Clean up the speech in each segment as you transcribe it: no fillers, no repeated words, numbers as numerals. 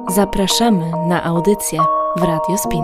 Zapraszamy na audycję w Radio Spin.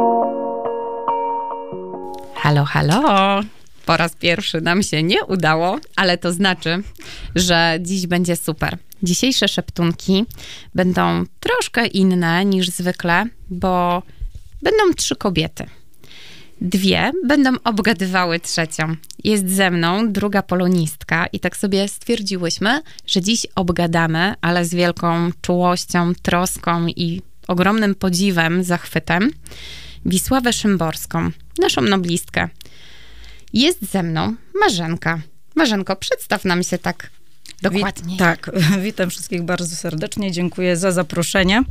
Halo, halo! Po raz pierwszy nam się nie udało, ale to znaczy, że dziś będzie super. Dzisiejsze szeptunki będą troszkę inne niż zwykle, bo będą 3 kobiety. 2 będą obgadywały trzecią. Jest ze mną druga polonistka i tak sobie stwierdziłyśmy, że dziś obgadamy, ale z wielką czułością, troską i ogromnym podziwem, zachwytem, Wisławę Szymborską, naszą noblistkę. Jest ze mną Marzenka. Marzenko, przedstaw nam się tak dokładnie. Witam wszystkich bardzo serdecznie, dziękuję za zaproszenie.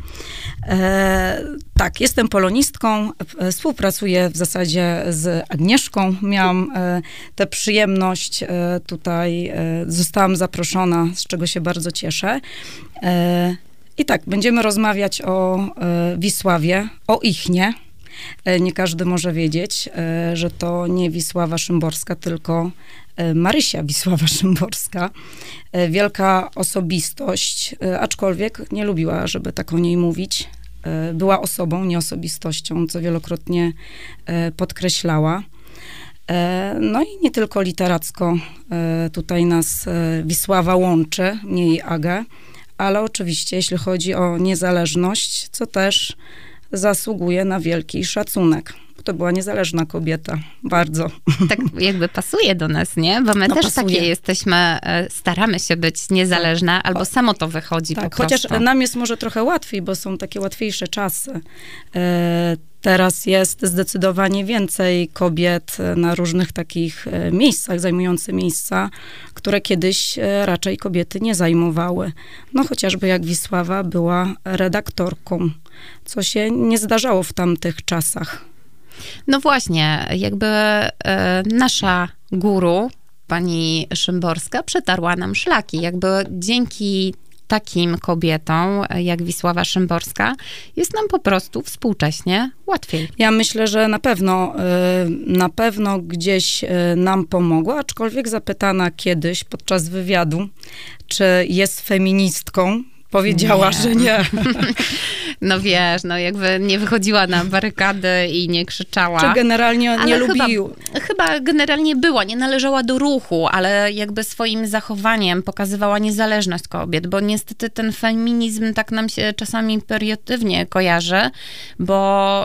Jestem polonistką, współpracuję w zasadzie z Agnieszką. Miałam tę przyjemność tutaj, zostałam zaproszona, z czego się bardzo cieszę. Będziemy rozmawiać o Wisławie, o Ichnie. Nie każdy może wiedzieć, że to nie Wisława Szymborska, tylko Marysia Wisława Szymborska. Wielka osobistość, aczkolwiek nie lubiła, żeby tak o niej mówić. Była osobą, nie osobistością, co wielokrotnie podkreślała. No i nie tylko literacko tutaj nas Wisława łączy, mnie i Agę, ale oczywiście jeśli chodzi o niezależność, co też zasługuje na wielki szacunek. To była niezależna kobieta, bardzo. Tak jakby pasuje do nas, nie? Bo my też pasuje. Takie jesteśmy, staramy się być niezależne, albo samo to wychodzi po prostu. Chociaż nam jest może trochę łatwiej, bo są takie łatwiejsze czasy. Teraz jest zdecydowanie więcej kobiet na różnych takich miejscach, zajmujących miejsca, które kiedyś raczej kobiety nie zajmowały. No chociażby jak Wisława była redaktorką, co się nie zdarzało w tamtych czasach. No właśnie, jakby nasza guru, pani Szymborska, przetarła nam szlaki. Jakby dzięki takim kobietom, jak Wisława Szymborska, jest nam po prostu współcześnie łatwiej. Ja myślę, że na pewno gdzieś nam pomogła, aczkolwiek zapytana kiedyś podczas wywiadu, czy jest feministką, powiedziała, że nie. No wiesz, jakby nie wychodziła na barykady i nie krzyczała. Czy generalnie nie lubiła? Chyba generalnie była, nie należała do ruchu, ale jakby swoim zachowaniem pokazywała niezależność kobiet, bo niestety ten feminizm tak nam się czasami pejoratywnie kojarzy, bo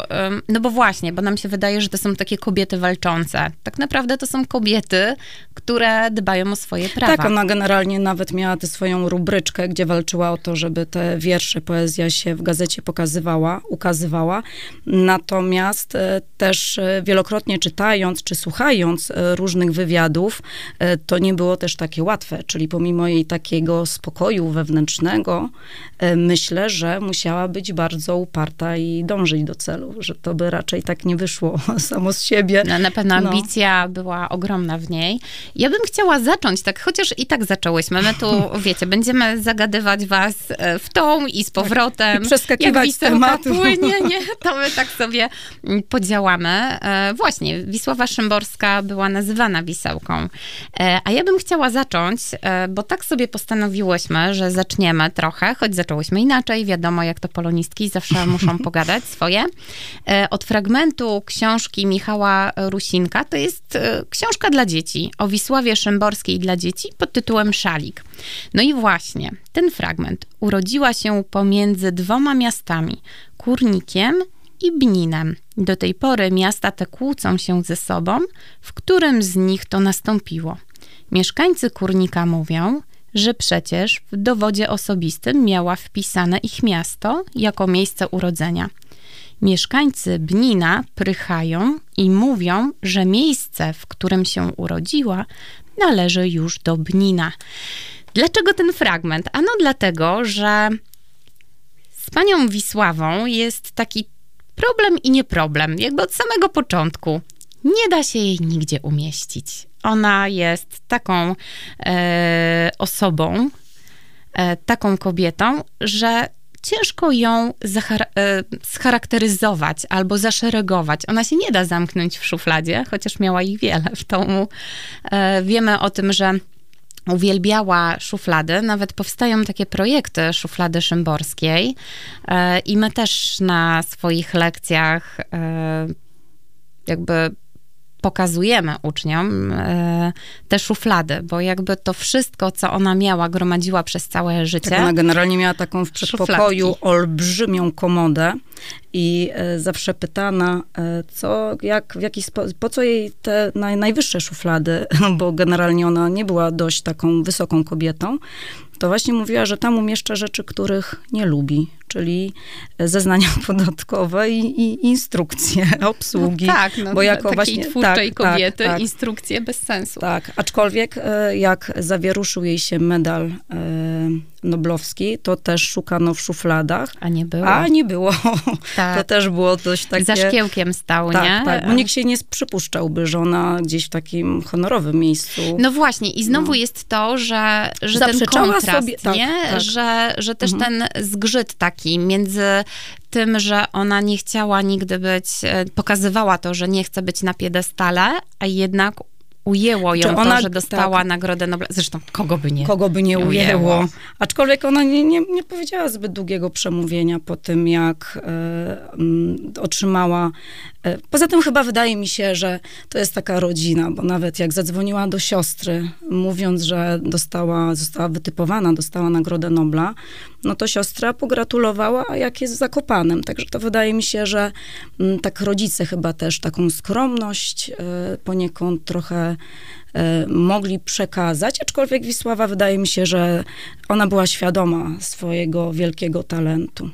nam się wydaje, że to są takie kobiety walczące. Tak naprawdę to są kobiety, które dbają o swoje prawa. Tak, ona generalnie nawet miała tę swoją rubryczkę, gdzie walczyła o to, żeby te wiersze, poezja się w gazecie ukazywała. Natomiast też wielokrotnie czytając, czy słuchając różnych wywiadów, to nie było też takie łatwe. Czyli pomimo jej takiego spokoju wewnętrznego, myślę, że musiała być bardzo uparta i dążyć do celu, że to by raczej tak nie wyszło samo z siebie. Na pewno ambicja była ogromna w niej. Ja bym chciała zacząć tak, chociaż i tak zaczęłyśmy. My tu, wiecie, będziemy zagadywać was w tą i z powrotem. I przeskakiwać z tematu. Płynie, nie? To my tak sobie podziałamy. Właśnie, Wisława Szymborska była nazywana Wisełką. A ja bym chciała zacząć, bo tak sobie postanowiłyśmy, że zaczniemy trochę, choć zaczęłyśmy inaczej. Wiadomo, jak to polonistki zawsze muszą pogadać swoje. Od fragmentu książki Michała Rusinka. To jest książka dla dzieci o Wisławie Szymborskiej dla dzieci pod tytułem Szalik. No i właśnie, ten fragment. Urodziła się pomiędzy 2 miastami, Kurnikiem i Bninem. Do tej pory miasta te kłócą się ze sobą, w którym z nich to nastąpiło. Mieszkańcy Kurnika mówią, że przecież w dowodzie osobistym miała wpisane ich miasto jako miejsce urodzenia. Mieszkańcy Bnina prychają i mówią, że miejsce, w którym się urodziła, należy już do Bnina. Dlaczego ten fragment? Ano dlatego, że z panią Wisławą jest taki problem i nie problem. Jakby od samego początku nie da się jej nigdzie umieścić. Ona jest taką osobą, taką kobietą, że ciężko ją scharakteryzować albo zaszeregować. Ona się nie da zamknąć w szufladzie, chociaż miała ich wiele w domu. Wiemy o tym, że uwielbiała szuflady, nawet powstają takie projekty szuflady szymborskiej i my też na swoich lekcjach jakby pokazujemy uczniom te szuflady, bo jakby to wszystko, co ona miała, gromadziła przez całe życie. Tak, ona generalnie miała taką w przedpokoju olbrzymią komodę i zawsze pytana, po co jej te najwyższe szuflady, bo generalnie ona nie była dość taką wysoką kobietą, to właśnie mówiła, że tam umieszcza rzeczy, których nie lubi, czyli zeznania podatkowe i instrukcje obsługi. No tak, bo jako takiej właśnie twórczej kobiety instrukcje bez sensu. Tak, aczkolwiek jak zawieruszył jej się medal noblowski, to też szukano w szufladach. A nie było. Tak. To też było dość takie... Za szkiełkiem stał, nie? Tak, bo nikt się nie przypuszczałby, że ona gdzieś w takim honorowym miejscu... No właśnie, i znowu jest to, że ten kontrast, sobie, nie? Że też ten zgrzyt taki między tym, że ona nie chciała nigdy pokazywała to, że nie chce być na piedestale, a jednak ujęło ją to, że dostała Nagrodę Nobla. Zresztą, kogo by nie ujęło. Aczkolwiek ona nie powiedziała zbyt długiego przemówienia po tym, jak otrzymała... Poza tym chyba wydaje mi się, że to jest taka rodzina, bo nawet jak zadzwoniła do siostry, mówiąc, że została wytypowana, dostała Nagrodę Nobla, no to siostra pogratulowała, a jak jest w Zakopanem. Także to wydaje mi się, że tak rodzice chyba też taką skromność poniekąd trochę mogli przekazać, aczkolwiek Wisława wydaje mi się, że ona była świadoma swojego wielkiego talentu.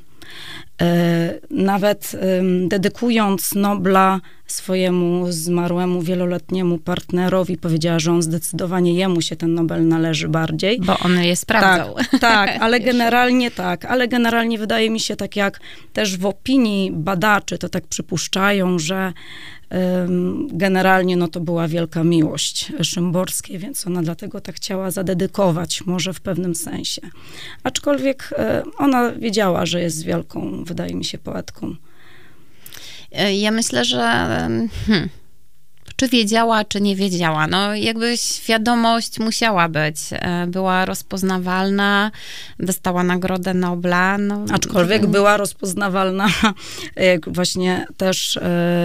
Nawet dedykując Nobla swojemu zmarłemu wieloletniemu partnerowi, powiedziała, że on zdecydowanie jemu się ten Nobel należy bardziej. Bo on je sprawdzał. Tak, ale generalnie wydaje mi się, tak jak też w opinii badaczy, to tak przypuszczają, że generalnie no to była wielka miłość Szymborskiej, więc ona dlatego tak chciała zadedykować, może w pewnym sensie. Aczkolwiek ona wiedziała, że jest wielką, wydaje mi się, poetką. Ja myślę, że czy wiedziała, czy nie wiedziała. No jakby świadomość musiała być. Była rozpoznawalna, dostała Nagrodę Nobla. No, aczkolwiek była rozpoznawalna, jak właśnie też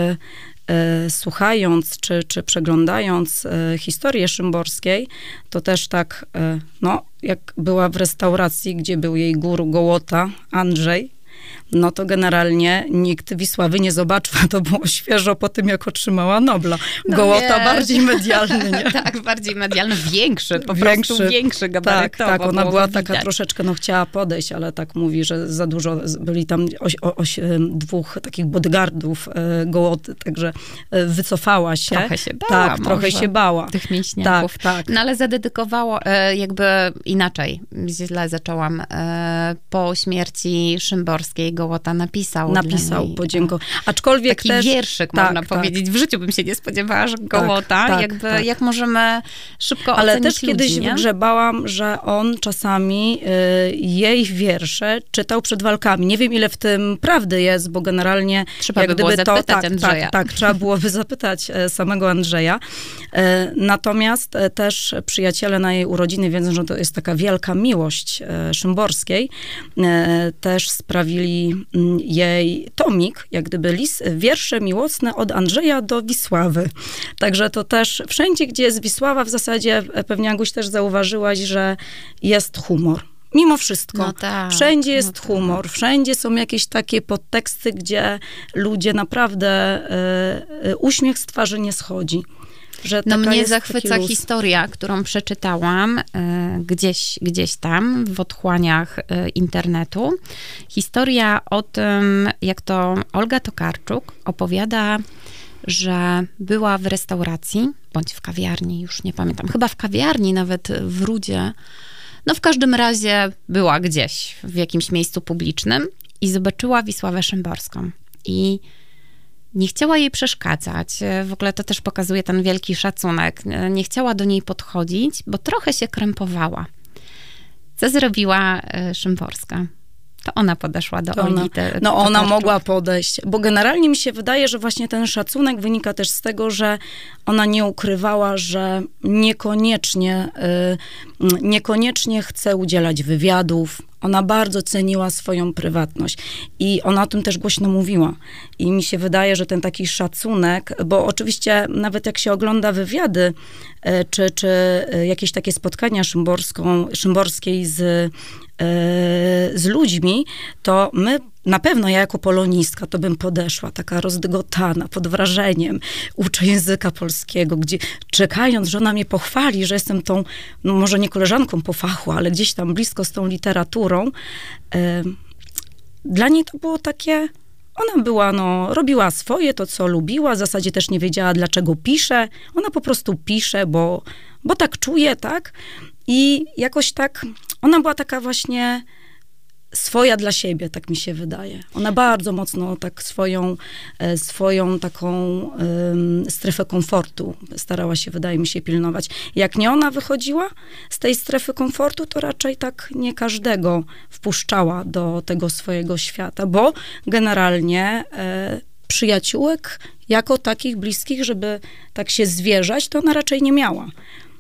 słuchając, czy przeglądając historię Szymborskiej, to też tak, no, jak była w restauracji, gdzie był jej guru Gołota, Andrzej, no to generalnie nikt Wisławy nie zobaczył, to było świeżo po tym, jak otrzymała Nobla. Gołota bardziej medialny, nie? Tak, bardziej medialny, większy gabarytowo. Tak, ona była taka troszeczkę, no chciała podejść, ale tak mówi, że za dużo, byli tam dwóch takich bodyguardów Gołoty, także wycofała się. Trochę się bała. Tak, trochę się bała. Tych mięśniaków. Tak. No ale zadedykowało, jakby inaczej, źle zaczęłam, po śmierci Szymborskiej Gołota napisał podziękował. Aczkolwiek taki też... wierszyk, można powiedzieć. W życiu bym się nie spodziewała, że Gołota, jak możemy szybko ale ocenić też kiedyś ludzi, wygrzebałam, że on czasami jej wiersze czytał przed walkami. Nie wiem, ile w tym prawdy jest, bo generalnie... Trzeba by było zapytać Andrzeja. Tak, trzeba byłoby zapytać samego Andrzeja. Natomiast też przyjaciele na jej urodziny, wiedząc, że to jest taka wielka miłość Szymborskiej, też sprawili jej tomik, jak gdyby wiersze miłosne od Andrzeja do Wisławy. Także to też wszędzie, gdzie jest Wisława, w zasadzie pewnie Aguś też zauważyłaś, że jest humor. Mimo wszystko. No tak, wszędzie jest humor, wszędzie są jakieś takie podteksty, gdzie ludzie naprawdę uśmiech z twarzy nie schodzi. No mnie zachwyca historia, którą przeczytałam gdzieś tam w otchłaniach internetu. Historia o tym, jak to Olga Tokarczuk opowiada, że była w restauracji, bądź w kawiarni, już nie pamiętam, chyba w kawiarni, nawet w Rudzie. No w każdym razie była gdzieś, w jakimś miejscu publicznym i zobaczyła Wisławę Szymborską. I nie chciała jej przeszkadzać. W ogóle to też pokazuje ten wielki szacunek. Nie chciała do niej podchodzić, bo trochę się krępowała. Co zrobiła Szymborska? To ona podeszła do Oli. Ona mogła podejść, bo generalnie mi się wydaje, że właśnie ten szacunek wynika też z tego, że ona nie ukrywała, że niekoniecznie chce udzielać wywiadów. Ona bardzo ceniła swoją prywatność i ona o tym też głośno mówiła. I mi się wydaje, że ten taki szacunek, bo oczywiście nawet jak się ogląda wywiady, czy jakieś takie spotkania Szymborskiej z ludźmi, to my, na pewno ja jako polonistka, to bym podeszła, taka rozdygotana, pod wrażeniem, uczę języka polskiego, gdzie czekając, że ona mnie pochwali, że jestem tą, no może nie koleżanką po fachu, ale gdzieś tam blisko z tą literaturą. Dla niej to było takie, ona była, robiła swoje, to co lubiła, w zasadzie też nie wiedziała, dlaczego pisze. Ona po prostu pisze, bo tak czuje, tak? I jakoś tak, ona była taka właśnie swoja dla siebie, tak mi się wydaje. Ona bardzo mocno tak swoją taką strefę komfortu starała się, wydaje mi się, pilnować. Jak nie ona wychodziła z tej strefy komfortu, to raczej tak nie każdego wpuszczała do tego swojego świata, bo generalnie przyjaciółek jako takich bliskich, żeby tak się zwierzać, to ona raczej nie miała.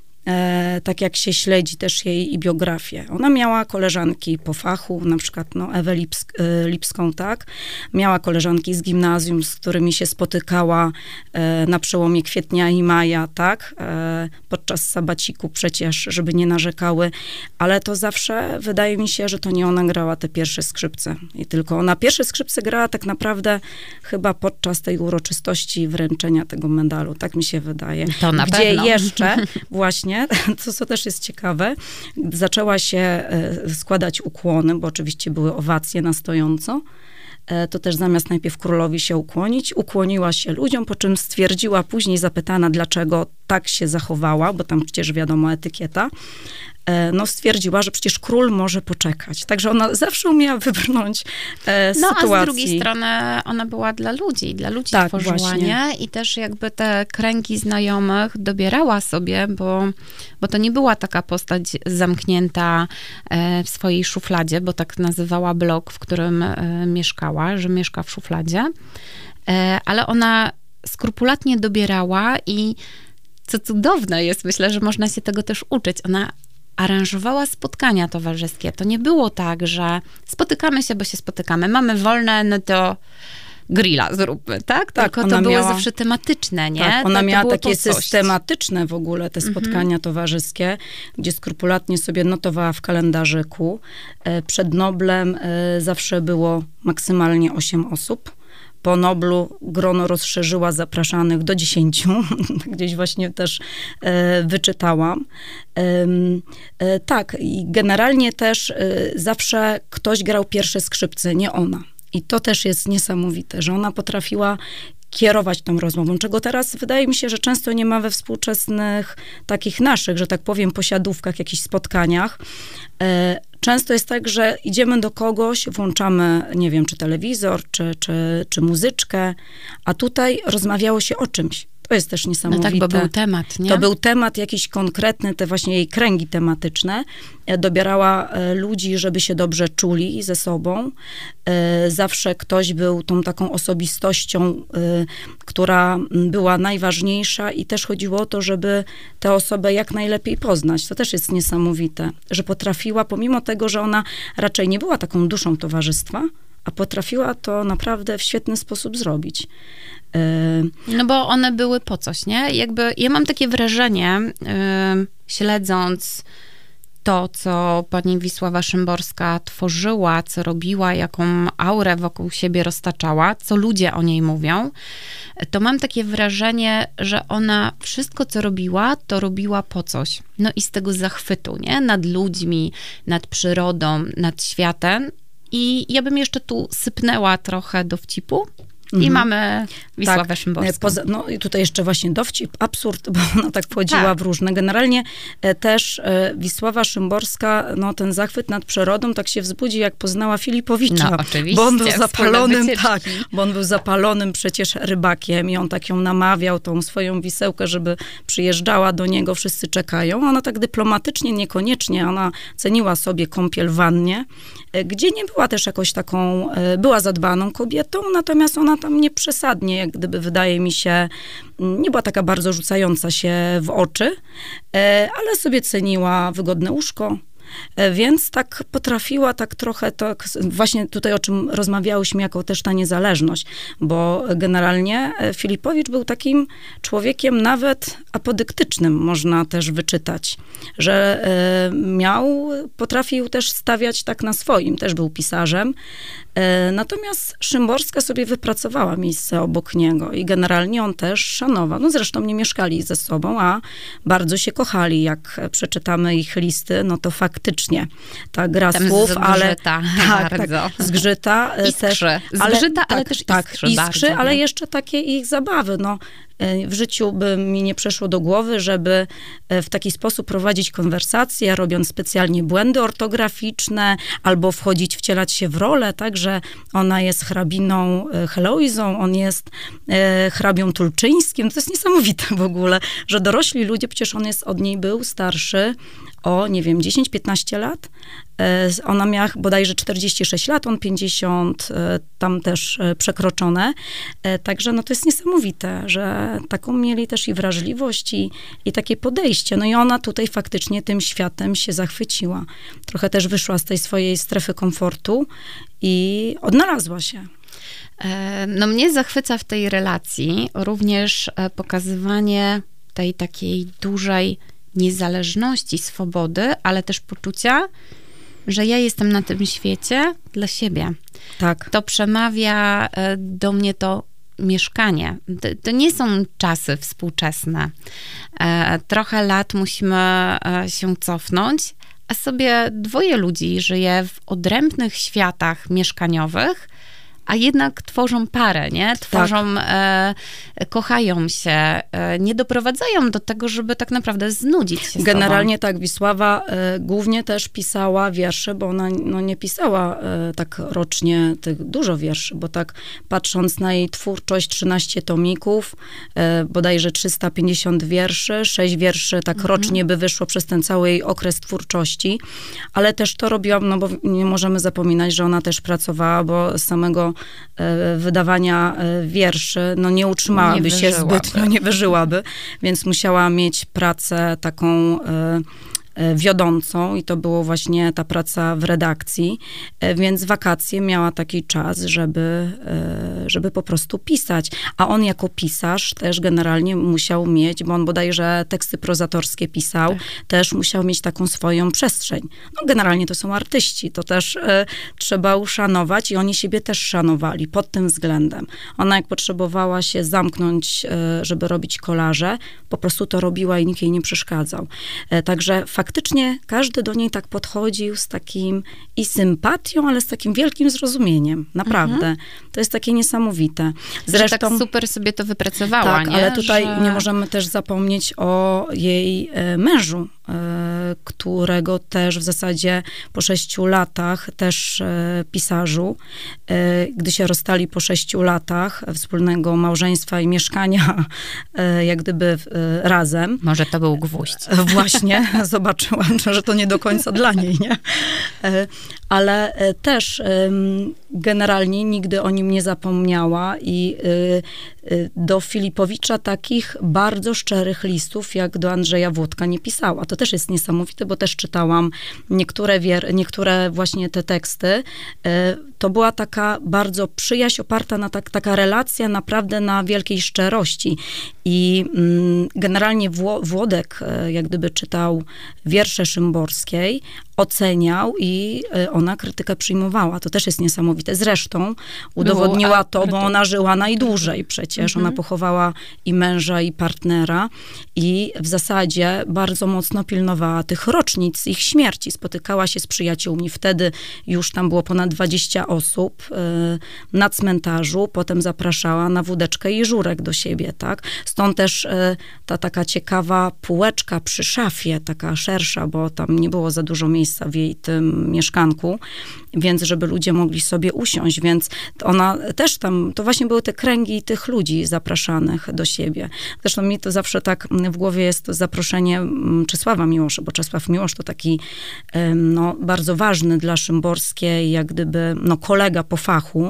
Tak jak się śledzi też jej biografię. Ona miała koleżanki po fachu, na przykład Ewę Lipską, tak? Miała koleżanki z gimnazjum, z którymi się spotykała na przełomie kwietnia i maja, tak? Podczas sabaciku przecież, żeby nie narzekały, ale to zawsze wydaje mi się, że to nie ona grała te pierwsze skrzypce. I tylko ona pierwsze skrzypce grała tak naprawdę chyba podczas tej uroczystości wręczenia tego medalu, tak mi się wydaje. To na Gdzie pewno. jeszcze właśnie, co też jest ciekawe, zaczęła się składać ukłony, bo oczywiście były owacje na stojąco, to też zamiast najpierw królowi się ukłonić, ukłoniła się ludziom, po czym stwierdziła później, zapytana, dlaczego tak się zachowała, bo tam przecież wiadomo etykieta, stwierdziła, że przecież król może poczekać. Także ona zawsze umiała wybrnąć z sytuacji. A z drugiej strony ona była dla ludzi tak, tworzyła, właśnie. Nie? I też jakby te kręgi znajomych dobierała sobie, bo to nie była taka postać zamknięta w swojej szufladzie, bo tak nazywała blok, w którym mieszkała, że mieszka w szufladzie, ale ona skrupulatnie dobierała i co cudowne jest, myślę, że można się tego też uczyć, ona aranżowała spotkania towarzyskie. To nie było tak, że spotykamy się, bo się spotykamy. Mamy wolne, no to grilla zróbmy, tak? Tylko to było zawsze tematyczne, nie? Tak, ona miała takie coś. systematyczne w ogóle te spotkania towarzyskie, gdzie skrupulatnie sobie notowała w kalendarzyku. Przed Noblem zawsze było maksymalnie 8 osób. Po Noblu grono rozszerzyła zapraszanych do 10. Gdzieś właśnie też wyczytałam. Tak, i generalnie też zawsze ktoś grał pierwsze skrzypce, nie ona. I to też jest niesamowite, że ona potrafiła kierować tą rozmową, czego teraz wydaje mi się, że często nie ma we współczesnych takich naszych, że tak powiem, posiadówkach, jakichś spotkaniach. Często jest tak, że idziemy do kogoś, włączamy, nie wiem, czy telewizor, czy muzyczkę, a tutaj rozmawiało się o czymś. To jest też niesamowite. No tak, bo był temat, nie? To był temat jakiś konkretny, te właśnie jej kręgi tematyczne. Dobierała ludzi, żeby się dobrze czuli ze sobą. Zawsze ktoś był tą taką osobistością, która była najważniejsza i też chodziło o to, żeby tę osobę jak najlepiej poznać. To też jest niesamowite, że potrafiła, pomimo tego, że ona raczej nie była taką duszą towarzystwa, a potrafiła to naprawdę w świetny sposób zrobić. No bo one były po coś, nie? Jakby ja mam takie wrażenie, śledząc to, co pani Wisława Szymborska tworzyła, co robiła, jaką aurę wokół siebie roztaczała, co ludzie o niej mówią, to mam takie wrażenie, że ona wszystko, co robiła, to robiła po coś. No i z tego zachwytu, nie? Nad ludźmi, nad przyrodą, nad światem. I ja bym jeszcze tu sypnęła trochę dowcipu, I mamy Wisławę Szymborską. No i tutaj jeszcze właśnie dowcip, absurd, bo ona tak wchodziła w różne. Generalnie też Wisława Szymborska, no ten zachwyt nad przyrodą tak się wzbudzi, jak poznała Filipowicza. No oczywiście. Bo on był zapalonym, bo on był zapalonym przecież rybakiem i on tak ją namawiał, tą swoją Wisełkę, żeby przyjeżdżała do niego, wszyscy czekają. Ona tak dyplomatycznie, niekoniecznie, ona ceniła sobie kąpiel w wannie, gdzie nie była też jakoś taką, była zadbaną kobietą, natomiast ona tam nie przesadnie, jak gdyby wydaje mi się, nie była taka bardzo rzucająca się w oczy, ale sobie ceniła wygodne łóżko, więc tak potrafiła tak trochę, tak właśnie tutaj o czym rozmawiałyśmy, jako też ta niezależność, bo generalnie Filipowicz był takim człowiekiem nawet apodyktycznym, można też wyczytać, że potrafił też stawiać tak na swoim, też był pisarzem, natomiast Szymborska sobie wypracowała miejsce obok niego i generalnie on też szanował. No zresztą nie mieszkali ze sobą, a bardzo się kochali. Jak przeczytamy ich listy, no to faktycznie ta gra tam słów, zgrzyta, ale bardzo. Tak, zgrzyta też, ale też iskrzy bardzo, ale nie? jeszcze takie ich zabawy, no. W życiu by mi nie przeszło do głowy, żeby w taki sposób prowadzić konwersację, robiąc specjalnie błędy ortograficzne, albo wcielać się w rolę, tak, że ona jest hrabiną Heloizą, on jest hrabią Tulczyńskim. To jest niesamowite w ogóle, że dorośli ludzie, przecież on od niej był starszy o, nie wiem, 10-15 lat. Ona miała bodajże 46 lat, on 50, tam też przekroczone. Także no to jest niesamowite, że taką mieli też i wrażliwość i takie podejście. No i ona tutaj faktycznie tym światem się zachwyciła. Trochę też wyszła z tej swojej strefy komfortu i odnalazła się. No mnie zachwyca w tej relacji również pokazywanie tej takiej dużej niezależności, swobody, ale też poczucia, że ja jestem na tym świecie dla siebie. Tak. To przemawia do mnie to mieszkanie. To nie są czasy współczesne. Trochę lat musimy się cofnąć, a sobie dwoje ludzi żyje w odrębnych światach mieszkaniowych, a jednak tworzą parę, nie? Tworzą, kochają się, nie doprowadzają do tego, żeby tak naprawdę znudzić się Generalnie tak, Wisława głównie też pisała wiersze, bo ona nie pisała tak rocznie dużo wierszy, bo tak patrząc na jej twórczość, 13 tomików, bodajże 350 wierszy, 6 wierszy tak rocznie by wyszło przez ten cały jej okres twórczości, ale też to robiłam, no bo nie możemy zapominać, że ona też pracowała, bo z samego wydawania wierszy, no nie utrzymałaby się zbytnio, nie wyżyłaby, więc musiała mieć pracę taką wiodącą i to było właśnie ta praca w redakcji, więc wakacje miała taki czas, żeby po prostu pisać. A on jako pisarz też generalnie musiał mieć, bo on bodajże teksty prozatorskie pisał, też musiał mieć taką swoją przestrzeń. No generalnie to są artyści, to też trzeba uszanować i oni siebie też szanowali pod tym względem. Ona jak potrzebowała się zamknąć, żeby robić kolaże, po prostu to robiła i nikt jej nie przeszkadzał. Także faktycznie każdy do niej tak podchodził z takim i sympatią, ale z takim wielkim zrozumieniem. Naprawdę. To jest takie niesamowite. Zresztą tak super sobie to wypracowała, tak, nie? Ale tutaj nie możemy też zapomnieć o jej mężu, którego też w zasadzie po 6 latach, też pisarzu, gdy się rozstali po 6 latach wspólnego małżeństwa i mieszkania, jak gdyby razem. Może to był gwóźdź. Właśnie, zobaczyłam, że to nie do końca dla niej, nie? Ale też generalnie nigdy o nim nie zapomniała i do Filipowicza takich bardzo szczerych listów, jak do Andrzeja Włodka nie pisała. To też jest niesamowite, bo też czytałam niektóre właśnie te teksty. To była taka bardzo przyjaźń oparta na taka relacja naprawdę na wielkiej szczerości. I generalnie Włodek, jak gdyby czytał wiersze Szymborskiej, oceniał i ona krytykę przyjmowała. To też jest niesamowite. Zresztą udowodniła to, bo ona żyła najdłużej przecież. Ona pochowała i męża, i partnera i w zasadzie bardzo mocno pilnowała tych rocznic ich śmierci. Spotykała się z przyjaciółmi. Wtedy już tam było ponad 20 osób na cmentarzu. Potem zapraszała na wódeczkę i żurek do siebie, tak? Stąd też ta taka ciekawa półeczka przy szafie, taka szersza, bo tam nie było za dużo miejsca w jej tym mieszkanku, więc żeby ludzie mogli sobie usiąść, więc ona też tam, to właśnie były te kręgi tych ludzi zapraszanych do siebie. Zresztą mi to zawsze tak w głowie jest to zaproszenie Czesława Miłosza, bo Czesław Miłosz to taki bardzo ważny dla Szymborskiej, jak gdyby kolega po fachu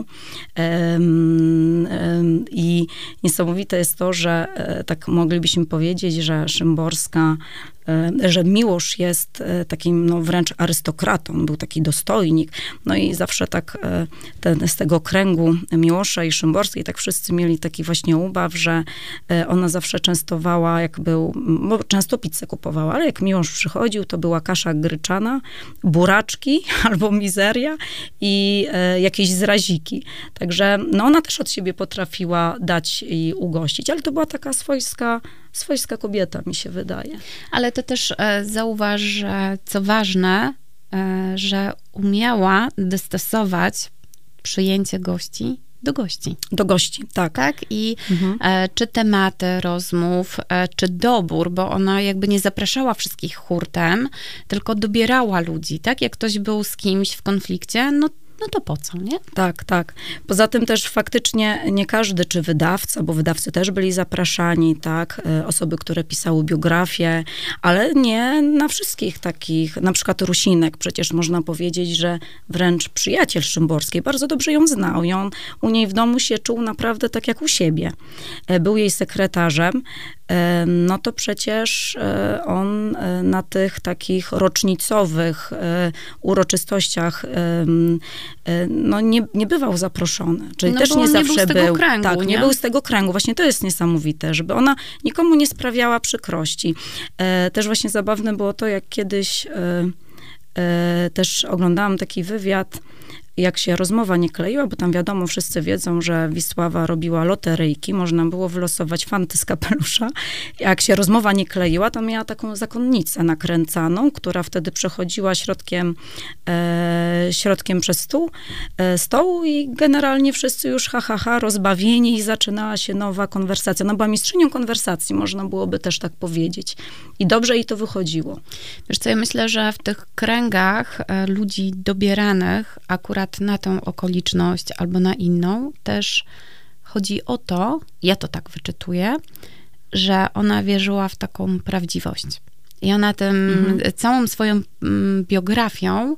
i niesamowite jest to, że tak moglibyśmy powiedzieć, że Szymborska, że Miłosz jest takim wręcz arystokratą, był taki dostojnik, i zawsze tak z tego kręgu Miłosza i Szymborskiej, tak wszyscy mieli taki właśnie ubaw, że ona zawsze częstowała, bo często pizzę kupowała, ale jak Miłosz przychodził, to była kasza gryczana, buraczki albo mizeria i jakieś zraziki. Także ona też od siebie potrafiła dać i ugościć, ale to była taka swojska kobieta, mi się wydaje. Ale to też zauważ, że co ważne, że umiała dostosować przyjęcie gości do gości. Do gości, tak. Tak? I czy tematy rozmów, czy dobór, bo ona jakby nie zapraszała wszystkich hurtem, tylko dobierała ludzi, tak? Jak ktoś był z kimś w konflikcie, no to po co, nie? Tak, tak. Poza tym też faktycznie nie każdy, czy wydawca, bo wydawcy też byli zapraszani, tak? Osoby, które pisały biografię, ale nie na wszystkich takich, na przykład Rusinek, przecież można powiedzieć, że wręcz przyjaciel Szymborskiej, bardzo dobrze ją znał i on u niej w domu się czuł naprawdę tak jak u siebie. Był jej sekretarzem, no to przecież on na tych takich rocznicowych uroczystościach nie bywał zaproszony. Czyli też nie zawsze był. Kręgu, tak, nie był z tego kręgu. Właśnie to jest niesamowite, żeby ona nikomu nie sprawiała przykrości. Też właśnie zabawne było to, jak kiedyś też oglądałam taki wywiad, jak się rozmowa nie kleiła, bo tam wiadomo, wszyscy wiedzą, że Wisława robiła loteryjki, można było wylosować fanty z kapelusza. Jak się rozmowa nie kleiła, to miała taką zakonnicę nakręcaną, która wtedy przechodziła środkiem przez stołu i generalnie wszyscy już rozbawieni i zaczynała się nowa konwersacja. Ona była mistrzynią konwersacji, można byłoby też tak powiedzieć. I dobrze jej to wychodziło. Wiesz co, ja myślę, że w tych kręgach ludzi dobieranych akurat na tą okoliczność albo na inną, też chodzi o to, ja to tak wyczytuję, że ona wierzyła w taką prawdziwość. I ona tym całą swoją biografią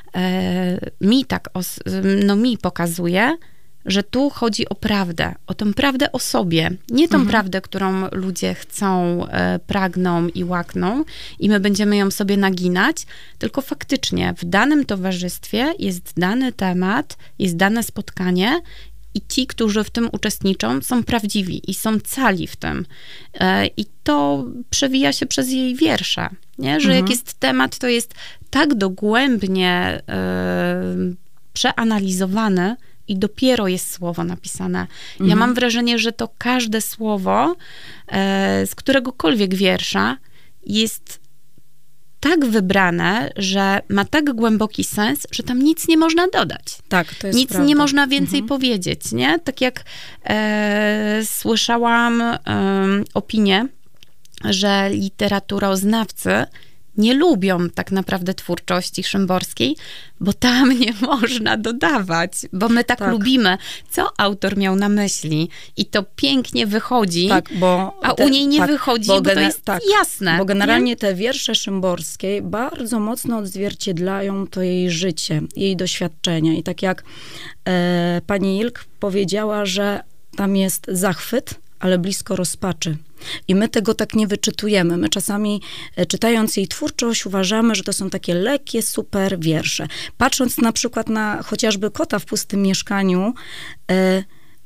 mi pokazuje, że tu chodzi o prawdę, o tę prawdę o sobie. Nie tą prawdę, którą ludzie chcą, pragną i łakną i my będziemy ją sobie naginać, tylko faktycznie w danym towarzystwie jest dany temat, jest dane spotkanie i ci, którzy w tym uczestniczą, są prawdziwi i są cali w tym. I to przewija się przez jej wiersze, nie? Że jak jest temat, to jest tak dogłębnie przeanalizowany, i dopiero jest słowo napisane. Ja mam wrażenie, że to każde słowo z któregokolwiek wiersza jest tak wybrane, że ma tak głęboki sens, że tam nic nie można dodać. Tak, to jest nic prawda. Nie można więcej powiedzieć, nie? Tak jak słyszałam opinię, że literaturoznawcy nie lubią tak naprawdę twórczości Szymborskiej, bo tam nie można dodawać, bo my tak lubimy, co autor miał na myśli i to pięknie wychodzi, a u niej nie wychodzi, bo to jest jasne. Bo generalnie te wiersze Szymborskiej bardzo mocno odzwierciedlają to jej życie, jej doświadczenia i tak jak pani Ilk powiedziała, że tam jest zachwyt, ale blisko rozpaczy. I my tego tak nie wyczytujemy. My czasami, czytając jej twórczość, uważamy, że to są takie lekkie, super wiersze. Patrząc na przykład na chociażby Kota w pustym mieszkaniu,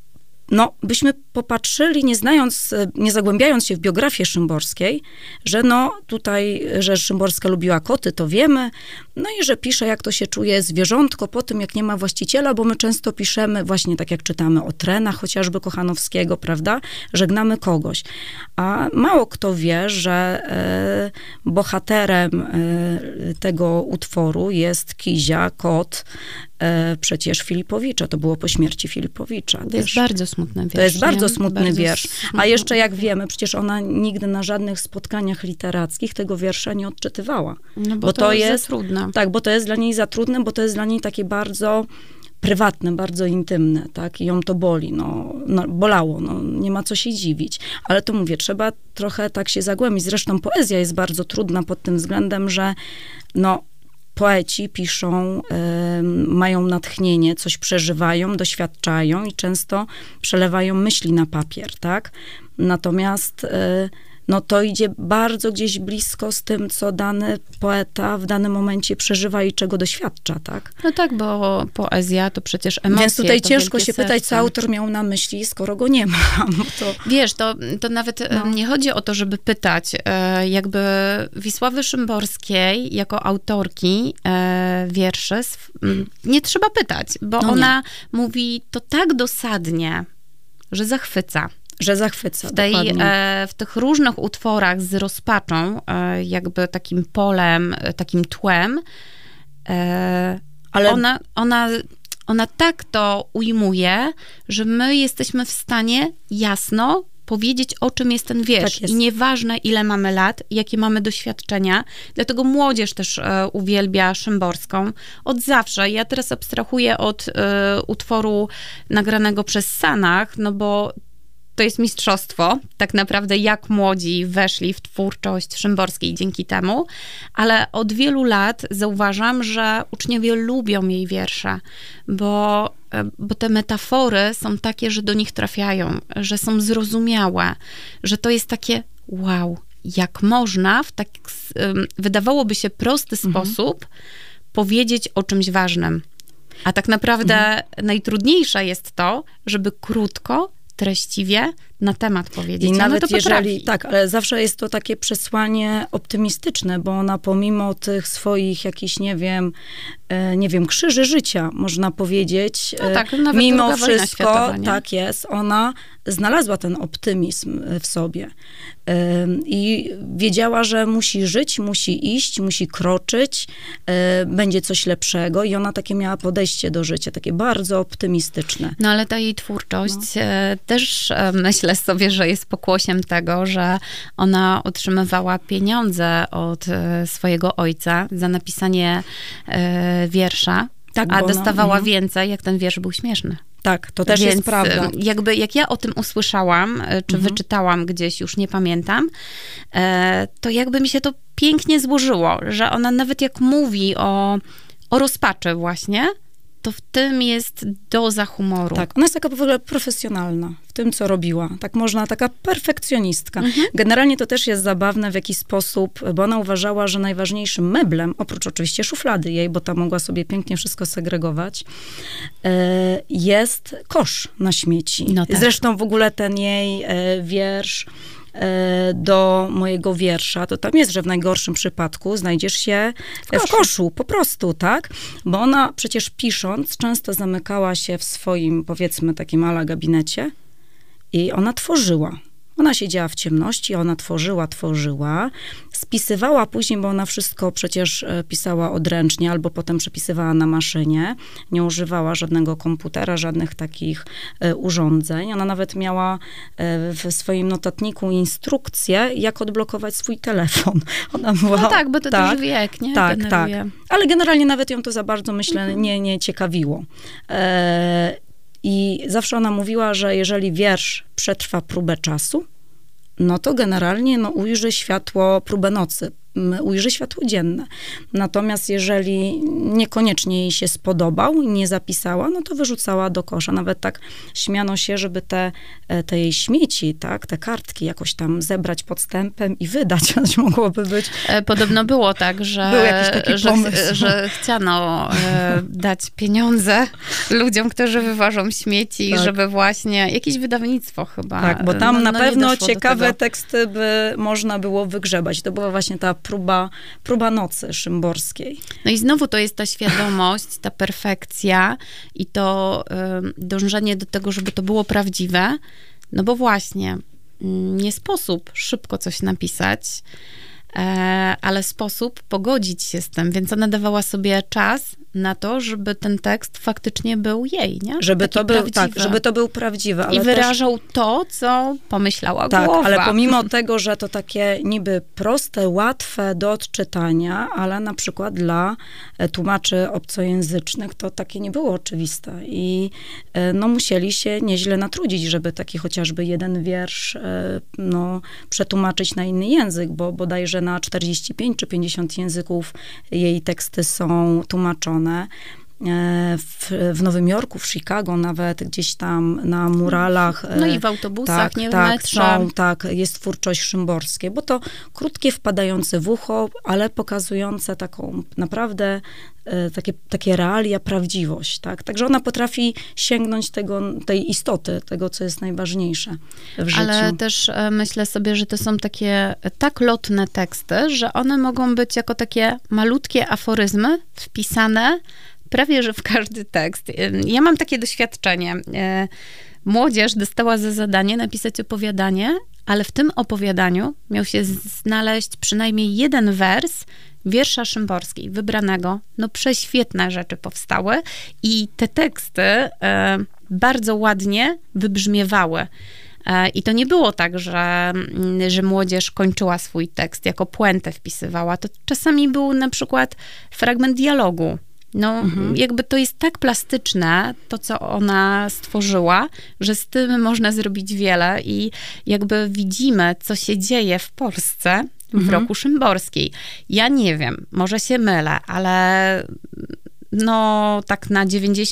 no, byśmy popatrzyli, nie zagłębiając się w biografię Szymborskiej, że no tutaj, że Szymborska lubiła koty, to wiemy, no i że pisze, jak to się czuje zwierzątko po tym, jak nie ma właściciela, bo my często piszemy, właśnie tak jak czytamy o trenach chociażby Kochanowskiego, prawda, żegnamy kogoś. A mało kto wie, że bohaterem tego utworu jest Kizia, kot, przecież Filipowicza. To było po śmierci Filipowicza. To jest bardzo smutny wiersz. To jest bardzo smutny wiersz. A jeszcze jak wiemy, przecież ona nigdy na żadnych spotkaniach literackich tego wiersza nie odczytywała. No bo to jest za trudne. Tak, bo to jest dla niej za trudne, bo to jest dla niej takie bardzo prywatne, bardzo intymne, tak? I ją to boli, bolało, nie ma co się dziwić. Ale to mówię, trzeba trochę tak się zagłębić. Zresztą poezja jest bardzo trudna pod tym względem, że poeci piszą, mają natchnienie, coś przeżywają, doświadczają i często przelewają myśli na papier, tak? Natomiast to idzie bardzo gdzieś blisko z tym, co dany poeta w danym momencie przeżywa i czego doświadcza, tak? No tak, bo poezja to przecież emocje. Więc tutaj ciężko się serce. pytać, co autor miał na myśli, skoro go nie ma. Wiesz, to nawet nie chodzi o to, żeby pytać. Jakby Wisławy Szymborskiej jako autorki wierszy nie trzeba pytać, bo ona mówi to tak dosadnie, że zachwyca. W tych różnych utworach z rozpaczą, jakby takim polem, takim tłem, ale ona tak to ujmuje, że my jesteśmy w stanie jasno powiedzieć, o czym jest ten wiersz. Tak jest. I nieważne, ile mamy lat, jakie mamy doświadczenia. Dlatego młodzież też uwielbia Szymborską. Od zawsze. Ja teraz abstrahuję od utworu nagranego przez Sanach, bo to jest mistrzostwo, tak naprawdę, jak młodzi weszli w twórczość Szymborskiej dzięki temu, ale od wielu lat zauważam, że uczniowie lubią jej wiersze, bo te metafory są takie, że do nich trafiają, że są zrozumiałe, że to jest takie wow, jak można w tak, wydawałoby się prosty sposób powiedzieć o czymś ważnym. A tak naprawdę najtrudniejsze jest to, żeby krótko, treściwie na temat powiedzieć. I nawet to jeżeli, tak, ale zawsze jest to takie przesłanie optymistyczne, bo ona pomimo tych swoich jakichś, nie wiem, krzyży życia, można powiedzieć, tak, nawet mimo wszystko, tak jest, ona znalazła ten optymizm w sobie. I wiedziała, że musi żyć, musi iść, musi kroczyć, będzie coś lepszego i ona takie miała podejście do życia, takie bardzo optymistyczne. No ale ta jej twórczość też myślę sobie, że jest pokłosiem tego, że ona otrzymywała pieniądze od swojego ojca za napisanie wiersza, tak, a dostawała więcej, jak ten wiersz był śmieszny. Tak, to też jest prawda. Jakby jak ja o tym usłyszałam, czy wyczytałam gdzieś, już nie pamiętam, to jakby mi się to pięknie złożyło, że ona nawet jak mówi o rozpaczy właśnie, to w tym jest doza humoru. Tak, ona jest taka w ogóle profesjonalna w tym, co robiła. Tak można, taka perfekcjonistka. Generalnie to też jest zabawne w jakiś sposób, bo ona uważała, że najważniejszym meblem, oprócz oczywiście szuflady jej, bo ta mogła sobie pięknie wszystko segregować, jest kosz na śmieci. No tak. Zresztą w ogóle ten jej wiersz do mojego wiersza, to tam jest, że w najgorszym przypadku znajdziesz się w koszu, po prostu, tak? Bo ona przecież pisząc często zamykała się w swoim, powiedzmy, takim ala gabinecie i ona tworzyła. Ona siedziała w ciemności, ona tworzyła, spisywała później, bo ona wszystko przecież pisała odręcznie, albo potem przepisywała na maszynie, nie używała żadnego komputera, żadnych takich urządzeń. Ona nawet miała w swoim notatniku instrukcję, jak odblokować swój telefon. Ona była, no tak, bo to też wiek, nie? Tak, tak. Ale generalnie nawet ją to za bardzo, myślę, nie ciekawiło. I zawsze ona mówiła, że jeżeli wiersz przetrwa próbę czasu, no to generalnie ujrzy światło próbę nocy. ujrzy światło dzienne. Natomiast jeżeli niekoniecznie jej się spodobał i nie zapisała, no to wyrzucała do kosza. Nawet tak śmiano się, żeby te jej śmieci, tak, te kartki jakoś tam zebrać podstępem i wydać, mogłoby być. Podobno było tak, że, był jakiś taki pomysł. że chciano dać pieniądze ludziom, którzy wywożą śmieci, tak. żeby właśnie jakieś wydawnictwo chyba. Tak, bo tam na pewno ciekawe tego. teksty by można było wygrzebać. To była właśnie ta próba nocy szymborskiej. No i znowu to jest ta świadomość, ta perfekcja i to dążenie do tego, żeby to było prawdziwe, no bo właśnie nie sposób szybko coś napisać, ale sposób pogodzić się z tym, więc ona dawała sobie czas na to, żeby ten tekst faktycznie był jej, nie? Żeby to był prawdziwy. Ale i wyrażał to, co pomyślała tak, głowa. ale pomimo tego, że to takie niby proste, łatwe do odczytania, ale na przykład dla tłumaczy obcojęzycznych to takie nie było oczywiste i no musieli się nieźle natrudzić, żeby taki chociażby jeden wiersz no, przetłumaczyć na inny język, bo bodajże na 45 czy 50 języków jej teksty są tłumaczone. W Nowym Jorku, w Chicago nawet, gdzieś tam na muralach. No i w autobusach, tak, nie w tak, metrze. jest twórczość szymborskie, bo to krótkie, wpadające w ucho, ale pokazujące taką naprawdę takie realia, prawdziwość, tak? Także ona potrafi sięgnąć tej istoty, tego, co jest najważniejsze w życiu. Ale też myślę sobie, że to są takie tak lotne teksty, że one mogą być jako takie malutkie aforyzmy wpisane prawie, że w każdy tekst. Ja mam takie doświadczenie. Młodzież dostała za zadanie napisać opowiadanie, ale w tym opowiadaniu miał się znaleźć przynajmniej jeden wers wiersza Szymborskiej, wybranego. No prześwietne rzeczy powstały i te teksty bardzo ładnie wybrzmiewały. I to nie było tak, że młodzież kończyła swój tekst, jako puentę wpisywała. To czasami był na przykład fragment dialogu. No, jakby to jest tak plastyczne, to co ona stworzyła, że z tym można zrobić wiele i jakby widzimy, co się dzieje w Polsce w roku Szymborskiej. Ja nie wiem, może się mylę, ale no tak na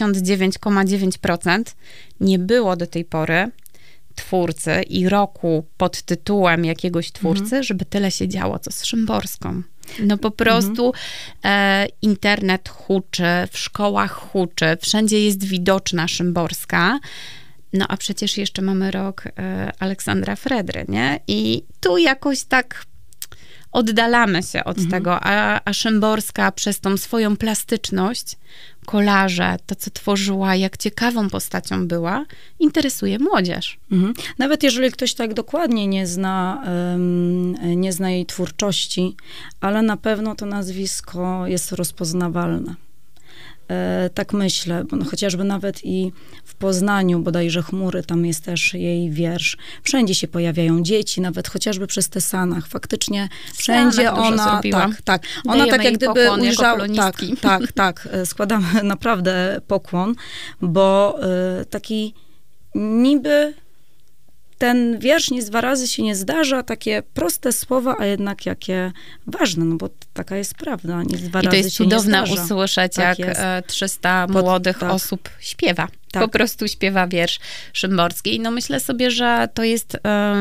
99,9% nie było do tej pory twórcy i roku pod tytułem jakiegoś twórcy, żeby tyle się działo, co z Szymborską. No po prostu internet huczy, w szkołach huczy, wszędzie jest widoczna Szymborska. No a przecież jeszcze mamy rok Aleksandra Fredry, nie? I tu jakoś tak oddalamy się od tego, a Szymborska przez tą swoją plastyczność, kolaże, to co tworzyła, jak ciekawą postacią była, interesuje młodzież. Nawet jeżeli ktoś tak dokładnie nie zna jej twórczości, ale na pewno to nazwisko jest rozpoznawalne. Tak myślę, bo no chociażby nawet i w Poznaniu, bodajże Chmury, tam jest też jej wiersz. Wszędzie się pojawiają dzieci, nawet chociażby przez te Sanach. Faktycznie wszędzie ona, tak, ona tak jak gdyby ujrzała, tak, składamy naprawdę pokłon, bo taki niby ten wiersz nie dwa razy się nie zdarza, takie proste słowa, a jednak jakie ważne, no bo taka jest prawda, nie dwa razy się nie zdarza. I to jest cudowne usłyszeć, tak jak 300 młodych osób śpiewa. Tak. Po prostu śpiewa wiersz Szymborskiej. No myślę sobie, że to jest...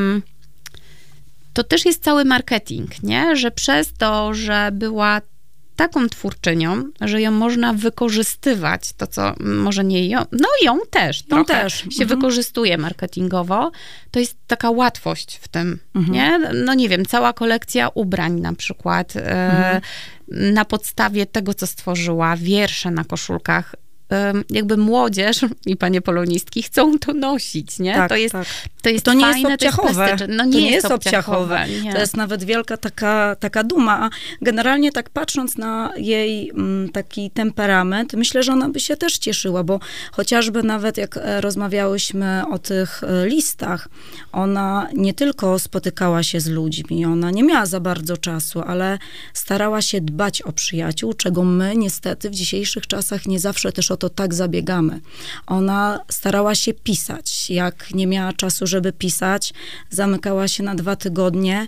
to też jest cały marketing, nie? Że przez to, że była taką twórczynią, że ją można wykorzystywać, to co może nie ją, no ją też trochę się wykorzystuje marketingowo, to jest taka łatwość w tym, nie? No nie wiem, cała kolekcja ubrań na przykład, na podstawie tego, co stworzyła, wiersze na koszulkach, jakby młodzież i panie polonistki chcą to nosić, nie? Tak, to jest to nie fajne, jest obciachowe. No nie jest obciachowe. Nie. To jest nawet wielka taka duma. A generalnie tak patrząc na jej taki temperament, myślę, że ona by się też cieszyła, bo chociażby nawet jak rozmawiałyśmy o tych listach, ona nie tylko spotykała się z ludźmi, ona nie miała za bardzo czasu, ale starała się dbać o przyjaciół, czego my niestety w dzisiejszych czasach nie zawsze też o to tak zabiegamy. Ona starała się pisać. Jak nie miała czasu, żeby pisać, zamykała się na 2 tygodnie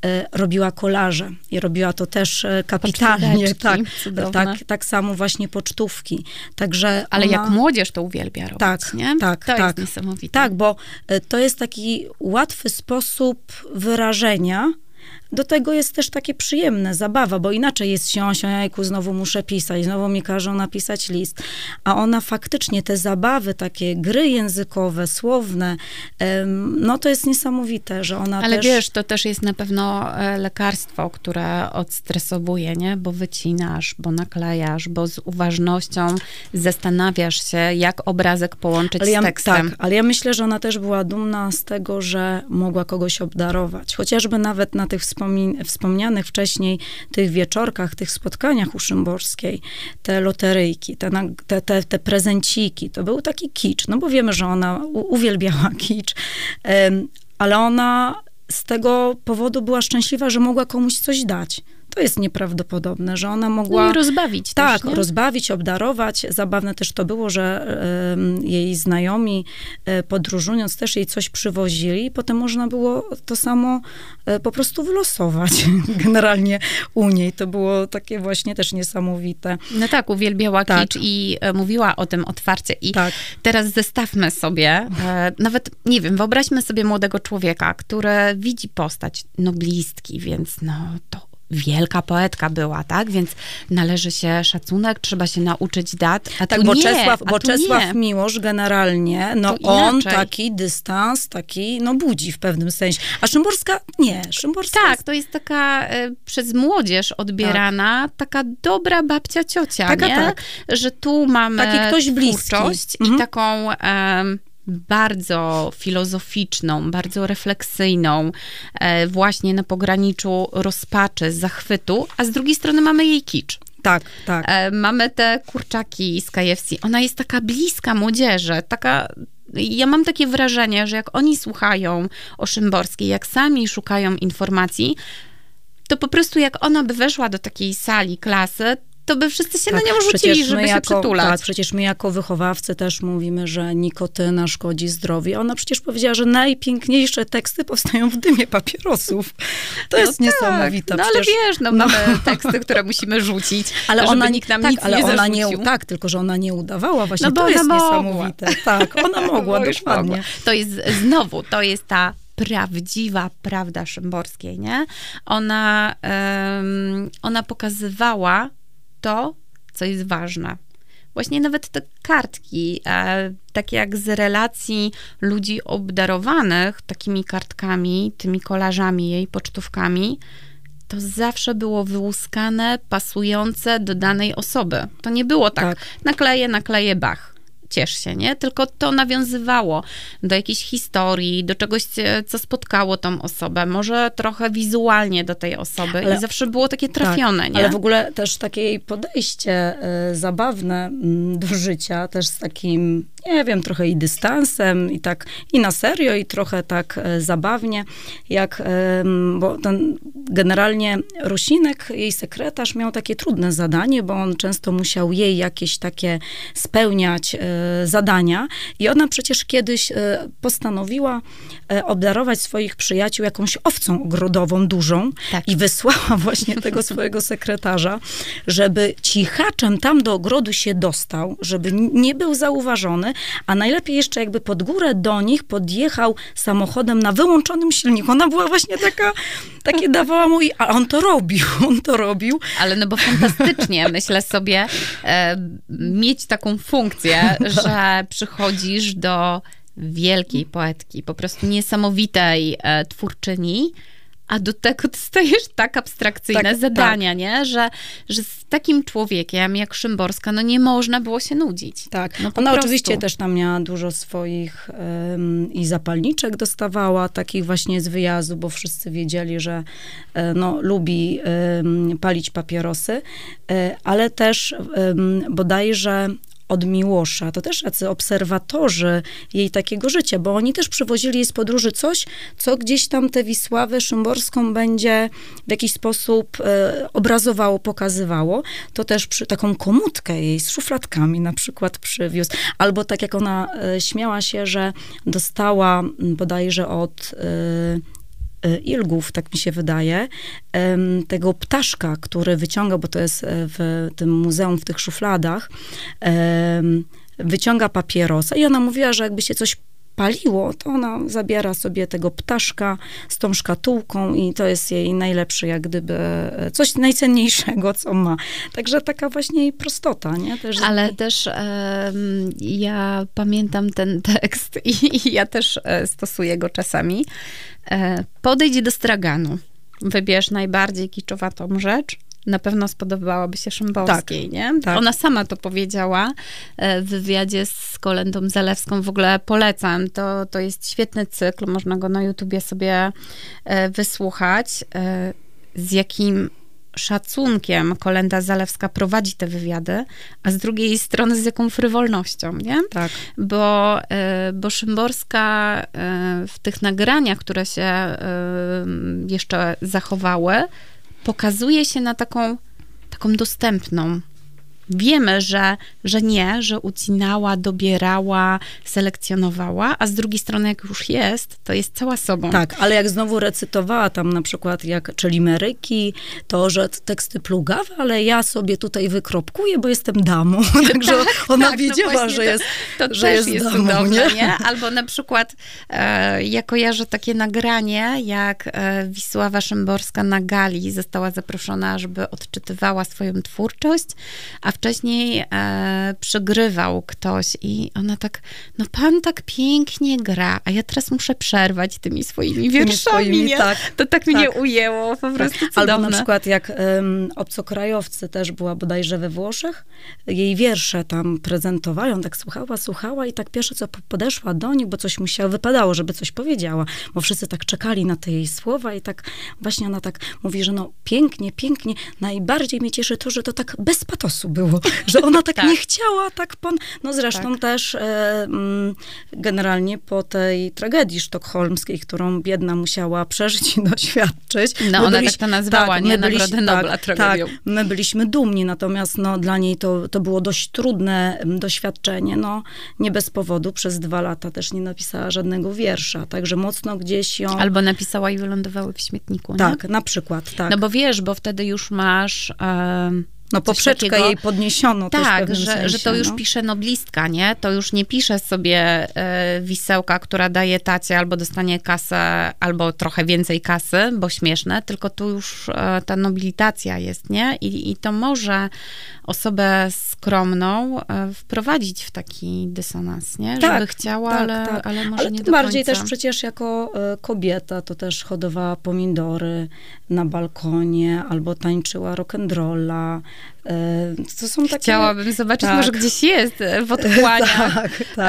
robiła kolaże i robiła to też kapitalnie. Tak samo właśnie pocztówki. Także ale jak młodzież to uwielbia robić, nie? To jest niesamowite. Tak, bo to jest taki łatwy sposób wyrażenia. Do tego jest też takie przyjemne, zabawa, bo inaczej jest jajku, znowu muszę pisać, znowu mi każą napisać list. A ona faktycznie, te zabawy, takie gry językowe, słowne, no to jest niesamowite, że ona Ale też... wiesz, to też jest na pewno lekarstwo, które odstresowuje, nie? Bo wycinasz, bo naklejasz, bo z uważnością zastanawiasz się, jak obrazek połączyć z tekstem. Tak, ale ja myślę, że ona też była dumna z tego, że mogła kogoś obdarować. Chociażby nawet na tych wspomnianych wcześniej tych wieczorkach, tych spotkaniach u Szymborskiej, te loteryjki, te prezenciki, to był taki kicz, no bo wiemy, że ona uwielbiała kicz, ale ona z tego powodu była szczęśliwa, że mogła komuś coś dać. To jest nieprawdopodobne, że ona mogła... No i rozbawić tak, też, nie? rozbawić, obdarować. Zabawne też to było, że jej znajomi podróżując też jej coś przywozili i potem można było to samo po prostu wylosować generalnie u niej. To było takie właśnie też niesamowite. No tak, uwielbiała kicz i mówiła o tym otwarcie. I teraz zestawmy sobie, nawet, nie wiem, wyobraźmy sobie młodego człowieka, który widzi postać noblistki, więc no to wielka poetka była, tak? Więc należy się szacunek, trzeba się nauczyć dat. A tak, tu bo nie, Czesław Miłosz generalnie, no on taki dystans, no budzi w pewnym sensie. A Szymborska nie. Tak, to jest taka przez młodzież odbierana, taka dobra babcia ciocia, nie? Tak. Że tu mamy taki ktoś twórczość i taką... bardzo filozoficzną, bardzo refleksyjną, właśnie na pograniczu rozpaczy, zachwytu, a z drugiej strony mamy jej kicz. Tak. Mamy te kurczaki z KFC. Ona jest taka bliska młodzieży, taka... Ja mam takie wrażenie, że jak oni słuchają o Szymborskiej, jak sami szukają informacji, to po prostu jak ona by weszła do takiej sali, klasy, to by wszyscy się na nią rzucili, żeby się przytulać. Tak, przecież my jako wychowawcy też mówimy, że nikotyna szkodzi zdrowiu. Ona przecież powiedziała, że najpiękniejsze teksty powstają w dymie papierosów. To jest niesamowite. No ale wiesz, mamy teksty, które musimy rzucić, ale żeby nikt nam nic nie zarzucił. Tak, tylko że ona nie udawała właśnie. To jest niesamowite. Tak, ona mogła, dokładnie. To jest ta prawdziwa prawda Szymborskiej, nie? Ona pokazywała to, co jest ważne. Właśnie nawet te kartki, takie jak z relacji ludzi obdarowanych takimi kartkami, tymi kolażami jej, pocztówkami, to zawsze było wyłuskane, pasujące do danej osoby. To nie było tak. Nakleję, bach. Ciesz się, nie? Tylko to nawiązywało do jakiejś historii, do czegoś, co spotkało tą osobę, może trochę wizualnie do tej osoby i zawsze było takie trafione, nie? Ale w ogóle też takie jej podejście zabawne do życia, też z takim, nie wiem, trochę i dystansem i tak i na serio i trochę tak zabawnie, bo ten generalnie Rusinek, jej sekretarz, miał takie trudne zadanie, bo on często musiał jej jakieś takie spełniać zadania i ona przecież kiedyś postanowiła obdarować swoich przyjaciół jakąś owcą ogrodową dużą i wysłała właśnie tego swojego sekretarza, żeby cichaczem tam do ogrodu się dostał, żeby nie był zauważony, a najlepiej jeszcze jakby pod górę do nich podjechał samochodem na wyłączonym silniku. Ona była właśnie takie dawała mu a on to robił. Ale no bo fantastycznie, myślę sobie, mieć taką funkcję, że przychodzisz do wielkiej poetki, po prostu niesamowitej twórczyni, a do tego dostajesz tak abstrakcyjne zadania, nie? Że z takim człowiekiem jak Szymborska, no nie można było się nudzić. Tak. No ona oczywiście też tam miała dużo swoich i zapalniczek dostawała, takich właśnie z wyjazdu, bo wszyscy wiedzieli, że lubi palić papierosy, ale też bodajże od Miłosza, to też tacy obserwatorzy jej takiego życia, bo oni też przywozili jej z podróży coś, co gdzieś tam tę Wisławę Szymborską będzie w jakiś sposób obrazowało, pokazywało. To też taką komutkę jej z szufladkami na przykład przywiózł. Albo tak jak ona śmiała się, że dostała bodajże od Ilgów, tak mi się wydaje, tego ptaszka, który wyciąga, bo to jest w tym muzeum, w tych szufladach, wyciąga papierosa i ona mówiła, że jakby się coś paliło, to ona zabiera sobie tego ptaszka z tą szkatułką i to jest jej najlepszy, jak gdyby, coś najcenniejszego, co ma. Także taka właśnie jej prostota, nie? Ale też ja pamiętam ten tekst i ja też stosuję go czasami. Podejdź do straganu. Wybierz najbardziej kiczowatą rzecz. Na pewno spodobałaby się Szymborskiej, nie? Tak. Ona sama to powiedziała w wywiadzie z Kolendą Zalewską. W ogóle polecam. To jest świetny cykl. Można go na YouTubie sobie wysłuchać. Z jakim szacunkiem Kolenda Zalewska prowadzi te wywiady, a z drugiej strony z jaką frywolnością, nie? Tak. Bo Szymborska w tych nagraniach, które się jeszcze zachowały, pokazuje się na taką dostępną. Wiemy, że ucinała, dobierała, selekcjonowała, a z drugiej strony, jak już jest, to jest cała sobą. Tak, ale jak znowu recytowała tam na przykład, czy limeryki, to, że teksty plugawe, ale ja sobie tutaj wykropkuję, bo jestem damą. Także ona wiedziała, że jest że jest damą, cudowne, nie? Albo na przykład ja kojarzę takie nagranie, jak Wisława Szymborska na gali została zaproszona, żeby odczytywała swoją twórczość, a wcześniej przegrywał ktoś i ona tak, no pan tak pięknie gra, a ja teraz muszę przerwać tymi swoimi wierszami, nie? Tak, to tak mnie ujęło, po prostu cudowne. Albo na przykład jak obcokrajowcy też była bodajże we Włoszech, jej wiersze tam prezentowają, tak słuchała i tak pierwsze co podeszła do nich, bo coś wypadało, żeby coś powiedziała, bo wszyscy tak czekali na te jej słowa i tak właśnie ona tak mówi, że no pięknie, najbardziej mnie cieszy to, że to tak bez patosu było, że ona tak nie chciała, no zresztą też generalnie po tej tragedii sztokholmskiej, którą biedna musiała przeżyć i doświadczyć. No ona tak to nazwała, nie? Nagrodę Nobla tragedią. Tak, my byliśmy dumni, natomiast no dla niej to było dość trudne doświadczenie, no nie bez powodu przez 2 lata też nie napisała żadnego wiersza, także mocno gdzieś ją... Albo napisała i wylądowały w śmietniku, nie? Tak, na przykład, tak. No bo wiesz, bo wtedy już masz... No poprzeczkę jej podniesiono też w pewnym sensie. Że to już pisze noblistka, nie? To już nie pisze sobie wisełka, która daje tacie albo dostanie kasę, albo trochę więcej kasy, bo śmieszne, tylko tu już ta nobilitacja jest, nie? I to może osobę skromną wprowadzić w taki dysonans, nie? Tak, żeby chciała, ale może nie do końca. Bardziej też przecież jako kobieta to też hodowała pomidory na balkonie, albo tańczyła rock'n'rolla. To są takie... Chciałabym zobaczyć, może gdzieś jest w odchłaniach,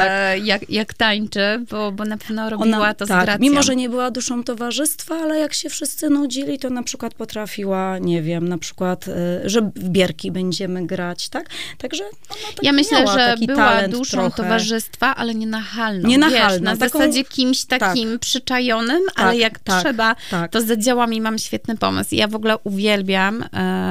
jak tańczy, bo na pewno robiła to z gracją. Mimo, że nie była duszą towarzystwa, ale jak się wszyscy nudzili, to na przykład potrafiła, nie wiem, na przykład, że w bierki będziemy grać, tak? Także ona tak ja myślę, że była duszą trochę towarzystwa, ale nie nachalną. Wiesz, na zasadzie kimś takim przyczajonym, ale jak trzeba, to zadziałam i mam świetny pomysł. Ja w ogóle uwielbiam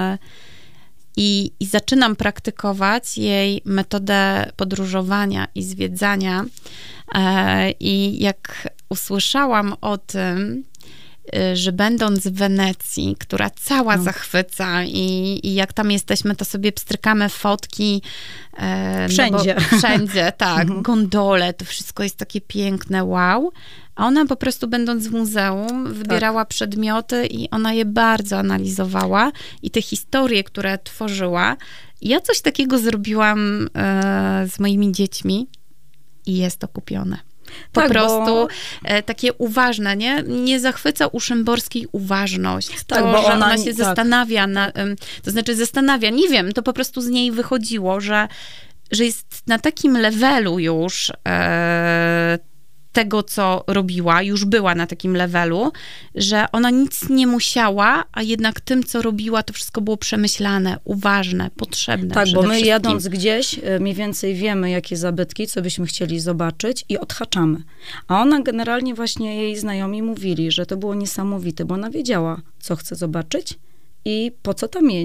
i zaczynam praktykować jej metodę podróżowania i zwiedzania. I jak usłyszałam o tym, że będąc w Wenecji, która cała zachwyca i jak tam jesteśmy, to sobie pstrykamy fotki. Wszędzie. Wszędzie, tak. Gondole, to wszystko jest takie piękne, wow. A ona po prostu będąc w muzeum wybierała przedmioty i ona je bardzo analizowała i te historie, które tworzyła. Ja coś takiego zrobiłam z moimi dziećmi i jest to kupione. Po prostu takie uważne, nie? Nie zachwyca u Szymborskiej uważność. Tak, bo ona się zastanawia, to znaczy zastanawia, nie wiem, to po prostu z niej wychodziło, że jest na takim levelu już tego, co robiła, już była na takim levelu, że ona nic nie musiała, a jednak tym, co robiła, to wszystko było przemyślane, uważne, potrzebne. Tak, bo my jadąc gdzieś, mniej więcej wiemy, jakie zabytki, co byśmy chcieli zobaczyć i odhaczamy. A ona generalnie właśnie jej znajomi mówili, że to było niesamowite, bo ona wiedziała, co chce zobaczyć i po co tam jedzie.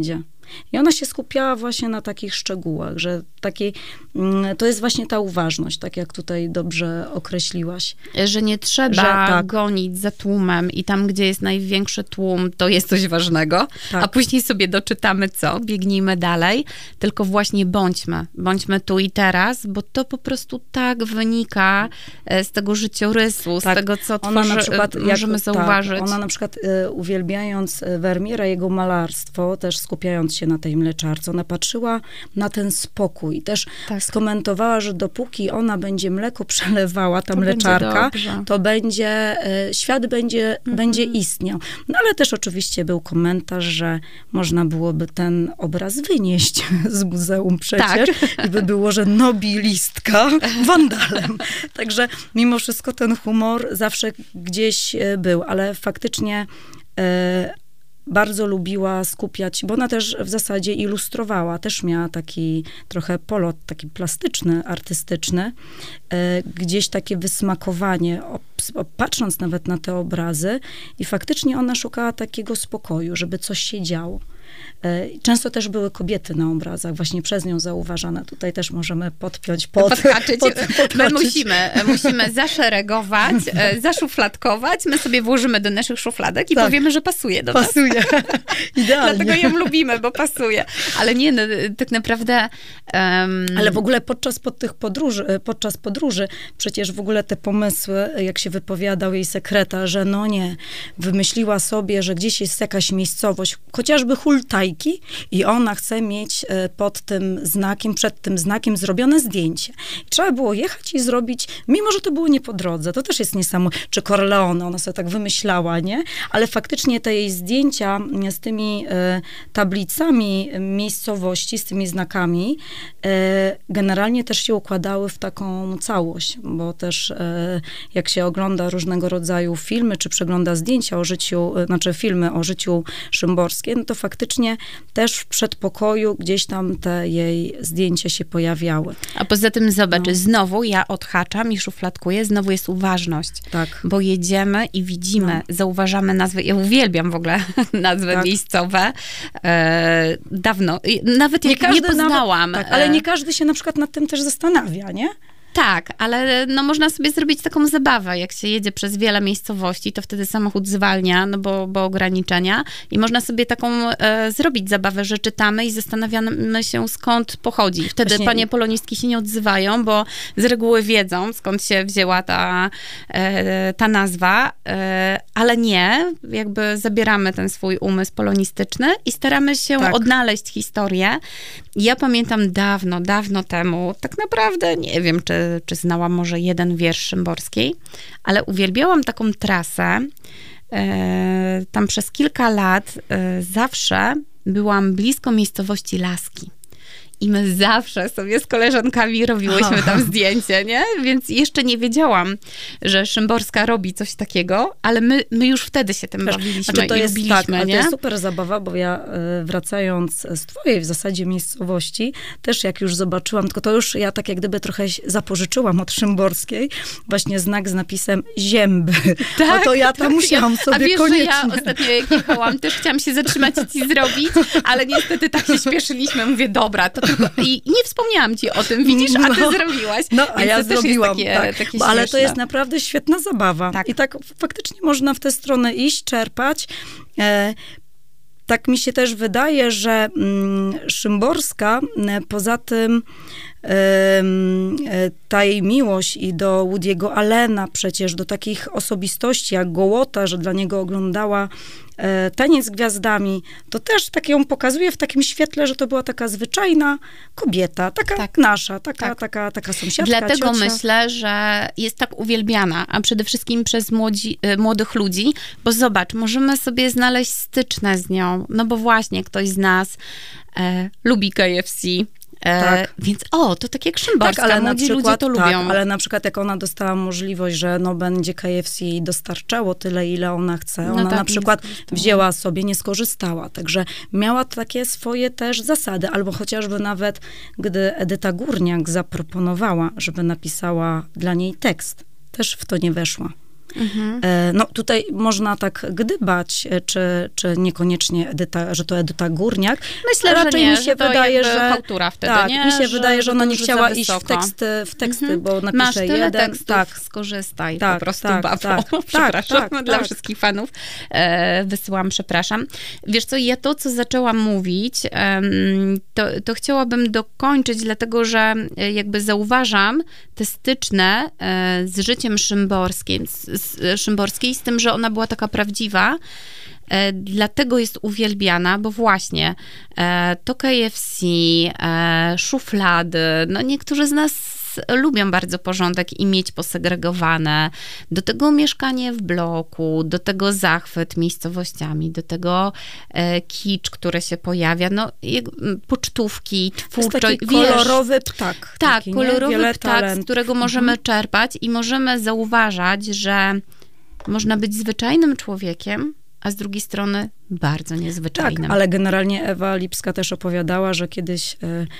I ona się skupiała właśnie na takich szczegółach, że to jest właśnie ta uważność, tak jak tutaj dobrze określiłaś. Że nie trzeba gonić za tłumem i tam, gdzie jest największy tłum, to jest coś ważnego, a później sobie doczytamy biegnijmy dalej, tylko właśnie bądźmy tu i teraz, bo to po prostu tak wynika z tego życiorysu, z tego, co możemy zauważyć. Ona na przykład uwielbiając Vermeera, jego malarstwo, też skupiając się na tej mleczarce, ona patrzyła na ten spokój. Też skomentowała, że dopóki ona będzie mleko przelewała, ta mleczarka, to świat będzie istniał. No ale też oczywiście był komentarz, że można byłoby ten obraz wynieść z muzeum przecież i by było, że nobilistka wandalem. Także mimo wszystko ten humor zawsze gdzieś był, ale faktycznie bardzo lubiła skupiać, bo ona też w zasadzie ilustrowała, też miała taki trochę polot, taki plastyczny, artystyczny, gdzieś takie wysmakowanie, patrząc nawet na te obrazy i faktycznie ona szukała takiego spokoju, żeby coś się działo. Często też były kobiety na obrazach, właśnie przez nią zauważane. Tutaj też możemy podpiąć, My musimy zaszeregować, zaszufladkować, my sobie włożymy do naszych szufladek i powiemy, że pasuje do nas. Idealnie. Dlatego ją lubimy, bo pasuje. Ale nie, no, tak naprawdę... Ale w ogóle podczas podróży, przecież w ogóle te pomysły, jak się wypowiadał jej sekretarz, że no nie, wymyśliła sobie, że gdzieś jest jakaś miejscowość, chociażby Hultaj, i ona chce mieć pod tym znakiem, przed tym znakiem zrobione zdjęcie. Trzeba było jechać i zrobić, mimo że to było nie po drodze, to też jest niesamowite, czy Corleone, ona sobie tak wymyślała, nie? Ale faktycznie te jej zdjęcia z tymi tablicami miejscowości, z tymi znakami, generalnie też się układały w taką całość, bo też jak się ogląda różnego rodzaju filmy, czy przegląda zdjęcia o życiu, znaczy filmy o życiu Szymborskiej, no to faktycznie też w przedpokoju gdzieś tam te jej zdjęcia się pojawiały. A poza tym zobacz, znowu ja odhaczam i szufladkuję, znowu jest uważność. Tak. Bo jedziemy i widzimy, zauważamy nazwy. Ja uwielbiam w ogóle nazwy miejscowe. Dawno. Nawet jak nie poznałam. Ale nie każdy się na przykład nad tym też zastanawia, nie? Tak, ale no można sobie zrobić taką zabawę. Jak się jedzie przez wiele miejscowości, to wtedy samochód zwalnia, no bo ograniczenia. I można sobie taką zrobić zabawę, że czytamy i zastanawiamy się, skąd pochodzi. Wtedy właśnie panie polonistki się nie odzywają, bo z reguły wiedzą, skąd się wzięła ta nazwa, ale nie, jakby zabieramy ten swój umysł polonistyczny i staramy się odnaleźć historię. Ja pamiętam dawno temu, tak naprawdę nie wiem, czy znałam może jeden wiersz Szymborskiej, ale uwielbiałam taką trasę. Tam przez kilka lat zawsze byłam blisko miejscowości Laski. I my zawsze sobie z koleżankami robiłyśmy tam zdjęcie, nie? Więc jeszcze nie wiedziałam, że Szymborska robi coś takiego, ale my już wtedy się tym bawiliśmy i lubiliśmy, nie? To jest super zabawa, bo ja wracając z twojej w zasadzie miejscowości, też jak już zobaczyłam, tylko to już ja tak jak gdyby trochę zapożyczyłam od Szymborskiej, właśnie znak z napisem Zięby. Tak, to ja tam musiałam sobie koniecznie. Że ja ostatnio jak jechałam, też chciałam się zatrzymać i ci zrobić, ale niestety tak się śpieszyliśmy. Mówię, dobra, to i nie wspomniałam ci o tym, widzisz, a ty zrobiłaś. No, a ja zrobiłam, takie ale to jest naprawdę świetna zabawa. Tak. I tak faktycznie można w tę stronę iść, czerpać. Tak mi się też wydaje, że Szymborska, poza tym ta jej miłość i do Woody'ego Allena, przecież do takich osobistości jak Gołota, że dla niego oglądała Taniec z gwiazdami, to też tak ją pokazuje w takim świetle, że to była taka zwyczajna kobieta, taka nasza, taka sąsiadka, Dlatego ciocia. myślę, że jest tak uwielbiana, a przede wszystkim przez młodych ludzi, bo zobacz, możemy sobie znaleźć styczne z nią, no bo właśnie ktoś z nas lubi KFC, więc to tak jak Szymborska, ale młodzi ludzie to lubią. Ale na przykład jak ona dostała możliwość, że będzie KFC jej dostarczało tyle, ile ona chce, ona na przykład wzięła sobie, nie skorzystała, także miała takie swoje też zasady, albo chociażby nawet, gdy Edyta Górniak zaproponowała, żeby napisała dla niej tekst, też w to nie weszła. No tutaj można tak gdybać, czy niekoniecznie że to Edyta Górniak. Myślę, raczej że nie, mi się wydaje, że chałtura wtedy, tak, nie? mi się wydaje, że ona nie chciała iść w teksty, bo napisze Masz tyle jeden. tekstów, skorzystaj, po prostu bawo. Przepraszam, dla wszystkich fanów wysyłam, przepraszam. Wiesz co, ja to, co zaczęłam mówić, to chciałabym dokończyć, dlatego, że jakby zauważam te styczne z życiem Szymborskiej, z tym, że ona była taka prawdziwa, dlatego jest uwielbiana, bo właśnie to KFC, szuflady, no niektórzy z nas lubią bardzo porządek i mieć posegregowane, do tego mieszkanie w bloku, do tego zachwyt miejscowościami, do tego kicz, który się pojawia, no pocztówki, twórczość. To jest taki kolorowy ptak. Tak, taki, kolorowy ptak, z którego możemy czerpać i możemy zauważać, że można być zwyczajnym człowiekiem, a z drugiej strony bardzo niezwyczajnym. Tak, ale generalnie Ewa Lipska też opowiadała, że kiedyś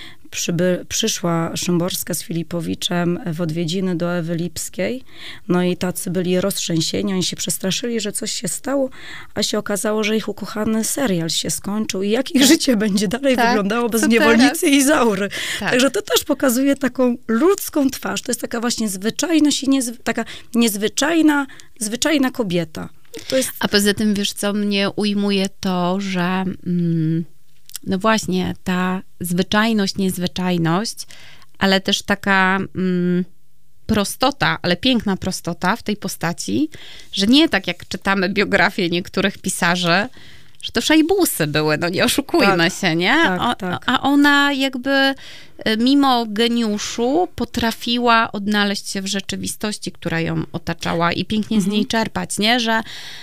przyszła Szymborska z Filipowiczem w odwiedziny do Ewy Lipskiej, no i tacy byli roztrzęsieni, oni się przestraszyli, że coś się stało, a się okazało, że ich ukochany serial się skończył i jak ich życie będzie dalej wyglądało bez niewolnicy Izaury. Tak. Także to też pokazuje taką ludzką twarz. To jest taka właśnie zwyczajność i taka zwyczajna kobieta. A poza tym, wiesz co, mnie ujmuje to, że no właśnie ta zwyczajność, niezwyczajność, ale też taka prostota, ale piękna prostota w tej postaci, że nie tak jak czytamy biografię niektórych pisarzy, że to szajbusy były, no nie oszukujmy się, nie? A ona jakby mimo geniuszu potrafiła odnaleźć się w rzeczywistości, która ją otaczała i pięknie z niej czerpać, nie? Że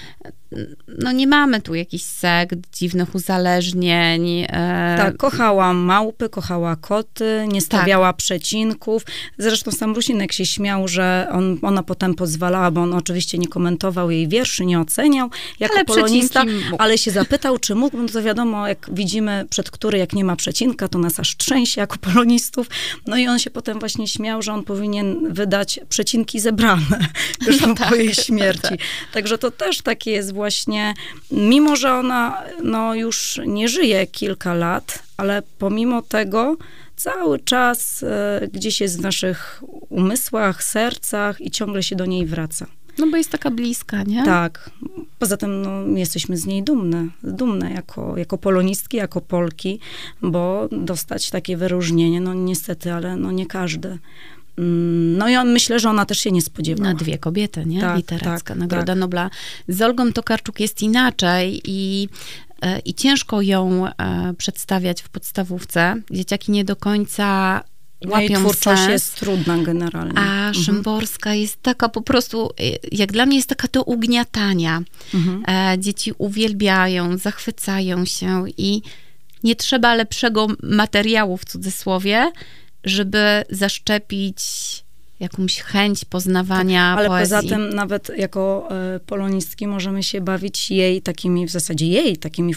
no nie mamy tu jakichś sekt, dziwnych uzależnień. Tak, kochała małpy, kochała koty, nie stawiała przecinków. Zresztą sam Rusinek się śmiał, że ona potem pozwalała, bo on oczywiście nie komentował jej wierszy, nie oceniał jako polonista, ale się zapytał, czy mógł, no to wiadomo, jak widzimy przed który, jak nie ma przecinka, to nas aż trzęsie jako polonistów. No i on się potem właśnie śmiał, że on powinien wydać przecinki zebrane już po jej śmierci. Także to też takie jest właśnie, mimo że ona no, już nie żyje kilka lat, ale pomimo tego cały czas gdzieś jest w naszych umysłach, sercach i ciągle się do niej wraca. No bo jest taka bliska, nie? Tak. Poza tym no, jesteśmy z niej dumne jako polonistki, jako Polki, bo dostać takie wyróżnienie, no niestety, ale no nie każdy. No i myślę, że ona też się nie spodziewała. No 2 kobiety, nie? Tak, literacka Nagroda Nobla. Z Olgą Tokarczuk jest inaczej i ciężko ją przedstawiać w podstawówce. Dzieciaki nie do końca łapią jej twórczość sens, jest trudna generalnie. A Szymborska jest taka po prostu, jak dla mnie jest taka do ugniatania. Dzieci uwielbiają, zachwycają się i nie trzeba lepszego materiału, w cudzysłowie, żeby zaszczepić jakąś chęć poznawania ale poezji. Poza tym nawet jako polonistki możemy się bawić jej takimi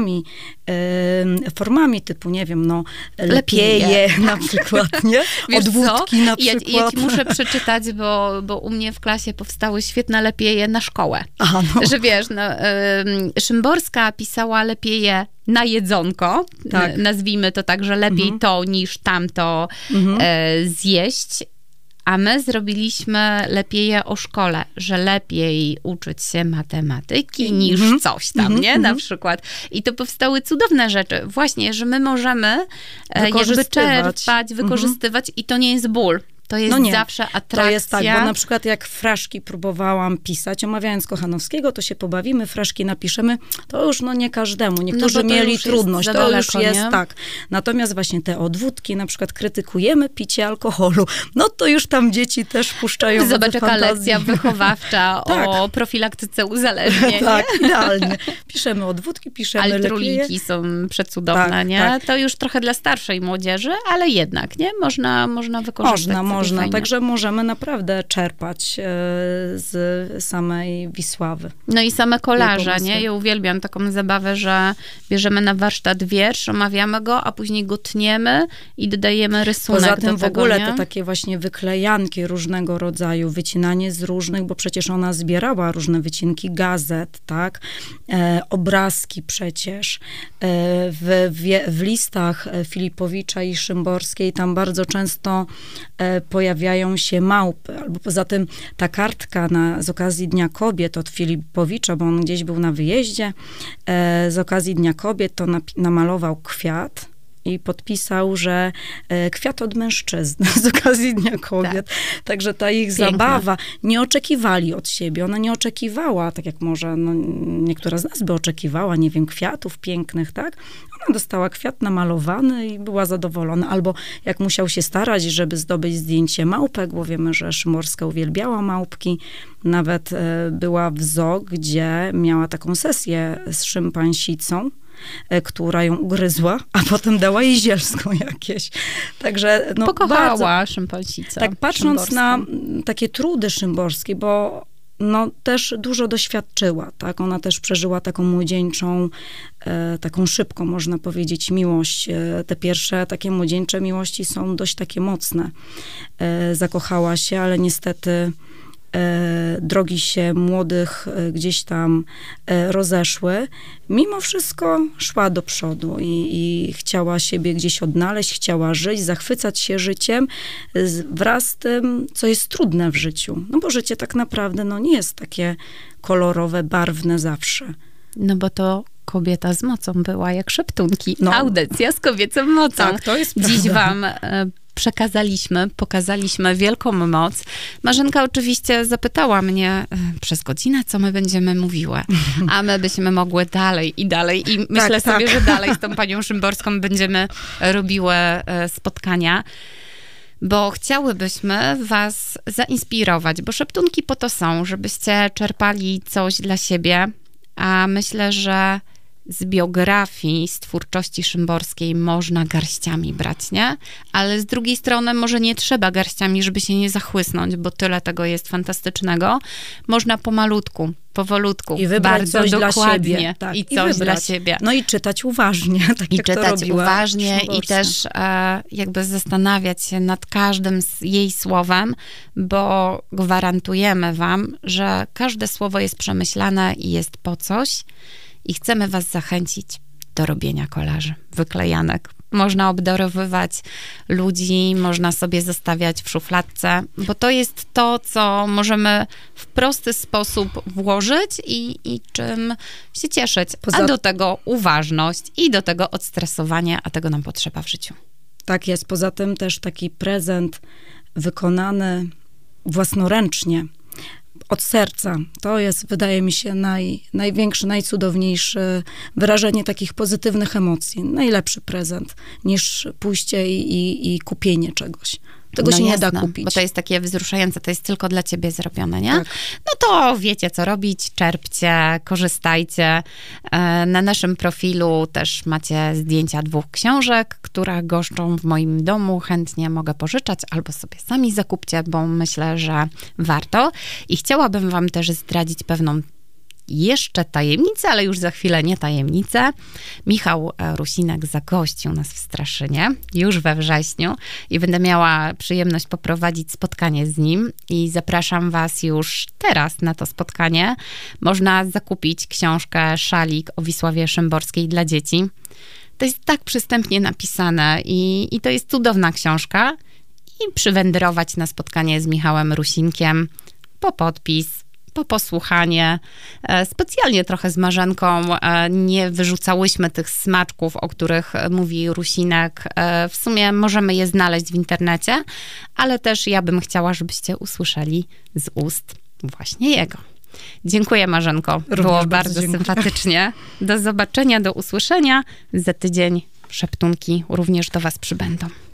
formami typu, nie wiem, no lepieje na przykład, nie? Odwódki na przykład. Ja ci muszę przeczytać, bo u mnie w klasie powstały świetne lepieje na szkołę. Aha, no. Że wiesz, no, Szymborska pisała lepieje na jedzonko, nazwijmy to tak, że lepiej to niż tamto zjeść. A my zrobiliśmy lepieje o szkole, że lepiej uczyć się matematyki niż coś tam, nie? Na przykład. I to powstały cudowne rzeczy. Właśnie, że my możemy jakby czerpać, wykorzystywać i to nie jest ból. To jest zawsze atrakcja. To jest tak, bo na przykład jak fraszki próbowałam pisać, omawiając Kochanowskiego, to się pobawimy, fraszki napiszemy, to już no nie każdemu. Niektórzy mieli trudność, to już jest tak. Natomiast właśnie te odwódki, na przykład krytykujemy picie alkoholu. No to już tam dzieci też puszczają w Zobacz, jaka lekcja wychowawcza o profilaktyce uzależnień. Tak, idealnie. Piszemy odwódki, piszemy lepieje. Altruliki są przecudowne, nie? Tak. To już trochę dla starszej młodzieży, ale jednak, nie? Można wykorzystać. można, fajnie. także możemy naprawdę czerpać z samej Wisławy. No i same kolarze, pomysły. nie? Ja uwielbiam taką zabawę, że bierzemy na warsztat wiersz, omawiamy go, a później go tniemy i dodajemy rysunek Poza tym do w tego, ogóle nie? to takie właśnie wyklejanki różnego rodzaju, wycinanie z różnych, bo przecież ona zbierała różne wycinki gazet, tak? Obrazki przecież. W listach Filipowicza i Szymborskiej tam bardzo często pojawiają się małpy. Albo poza tym ta kartka z okazji Dnia Kobiet od Filipowicza, bo on gdzieś był na wyjeździe, z okazji Dnia Kobiet to namalował kwiat i podpisał, że kwiat od mężczyzny z okazji Dnia Kobiet. Tak. Także ta ich zabawa, nie oczekiwali od siebie. Ona nie oczekiwała, tak jak może niektóra z nas by oczekiwała, nie wiem, kwiatów pięknych, tak? Ona dostała kwiat namalowany i była zadowolona. Albo jak musiał się starać, żeby zdobyć zdjęcie małpek, bo wiemy, że Szymborska uwielbiała małpki. Nawet była w zoo, gdzie miała taką sesję z szympansicą, która ją ugryzła, a potem dała jej zielską jakieś. Także pokochała szympansicę. Tak, patrząc na takie trudy Szymborskiej, bo też dużo doświadczyła, tak? Ona też przeżyła taką młodzieńczą, taką szybką, można powiedzieć, miłość. Te pierwsze takie młodzieńcze miłości są dość takie mocne. Zakochała się, ale niestety drogi się młodych gdzieś tam rozeszły. Mimo wszystko szła do przodu i chciała siebie gdzieś odnaleźć, chciała żyć, zachwycać się życiem wraz z tym, co jest trudne w życiu. No bo życie tak naprawdę nie jest takie kolorowe, barwne zawsze. No bo to kobieta z mocą była, jak szeptunki. Audycja z kobiecą mocą. Tak, to jest Dziś prawda. wam pokazaliśmy wielką moc. Marzenka oczywiście zapytała mnie przez godzinę, co my będziemy mówiły. A my byśmy mogły dalej i dalej. I myślę sobie, że dalej z tą panią Szymborską będziemy robiły spotkania. Bo chciałybyśmy was zainspirować, bo szeptunki po to są, żebyście czerpali coś dla siebie, a myślę, że z biografii, z twórczości Szymborskiej można garściami brać, nie? Ale z drugiej strony może nie trzeba garściami, żeby się nie zachłysnąć, bo tyle tego jest fantastycznego. Można pomalutku, powolutku, i wybrać bardzo coś dokładnie dla siebie. Tak, i coś dla siebie. No i czytać uważnie, tak I jak czytać to robiła uważnie Szymborska. i też jakby zastanawiać się nad każdym jej słowem, bo gwarantujemy wam, że każde słowo jest przemyślane i jest po coś. I chcemy was zachęcić do robienia kolaży, wyklejanek. Można obdarowywać ludzi, można sobie zostawiać w szufladce, bo to jest to, co możemy w prosty sposób włożyć i czym się cieszyć. A do tego uważność i do tego odstresowanie, a tego nam potrzeba w życiu. Tak jest. Poza tym też taki prezent wykonany własnoręcznie, od serca. To jest, wydaje mi się, największy, najcudowniejsze wyrażenie takich pozytywnych emocji. Najlepszy prezent niż pójście i kupienie czegoś. Tego się nie da kupić. Bo to jest takie wzruszające, to jest tylko dla ciebie zrobione, nie? Tak. No to wiecie, co robić, czerpcie, korzystajcie. Na naszym profilu też macie zdjęcia 2 książek, które goszczą w moim domu. Chętnie mogę pożyczać, albo sobie sami zakupcie, bo myślę, że warto. I chciałabym wam też zdradzić pewną jeszcze tajemnicę, ale już za chwilę nie tajemnicę. Michał Rusinek zagościł nas w Straszynie już we wrześniu i będę miała przyjemność poprowadzić spotkanie z nim i zapraszam was już teraz na to spotkanie. Można zakupić książkę Szalik o Wisławie Szymborskiej dla dzieci. To jest tak przystępnie napisane i to jest cudowna książka i przywędrować na spotkanie z Michałem Rusinkiem po podpis, po posłuchanie. Specjalnie trochę z Marzenką nie wyrzucałyśmy tych smaczków, o których mówi Rusinek. W sumie możemy je znaleźć w internecie, ale też ja bym chciała, żebyście usłyszeli z ust właśnie jego. Dziękuję, Marzenko. Było bardzo sympatycznie. Do zobaczenia, do usłyszenia. Za tydzień szeptunki również do was przybędą.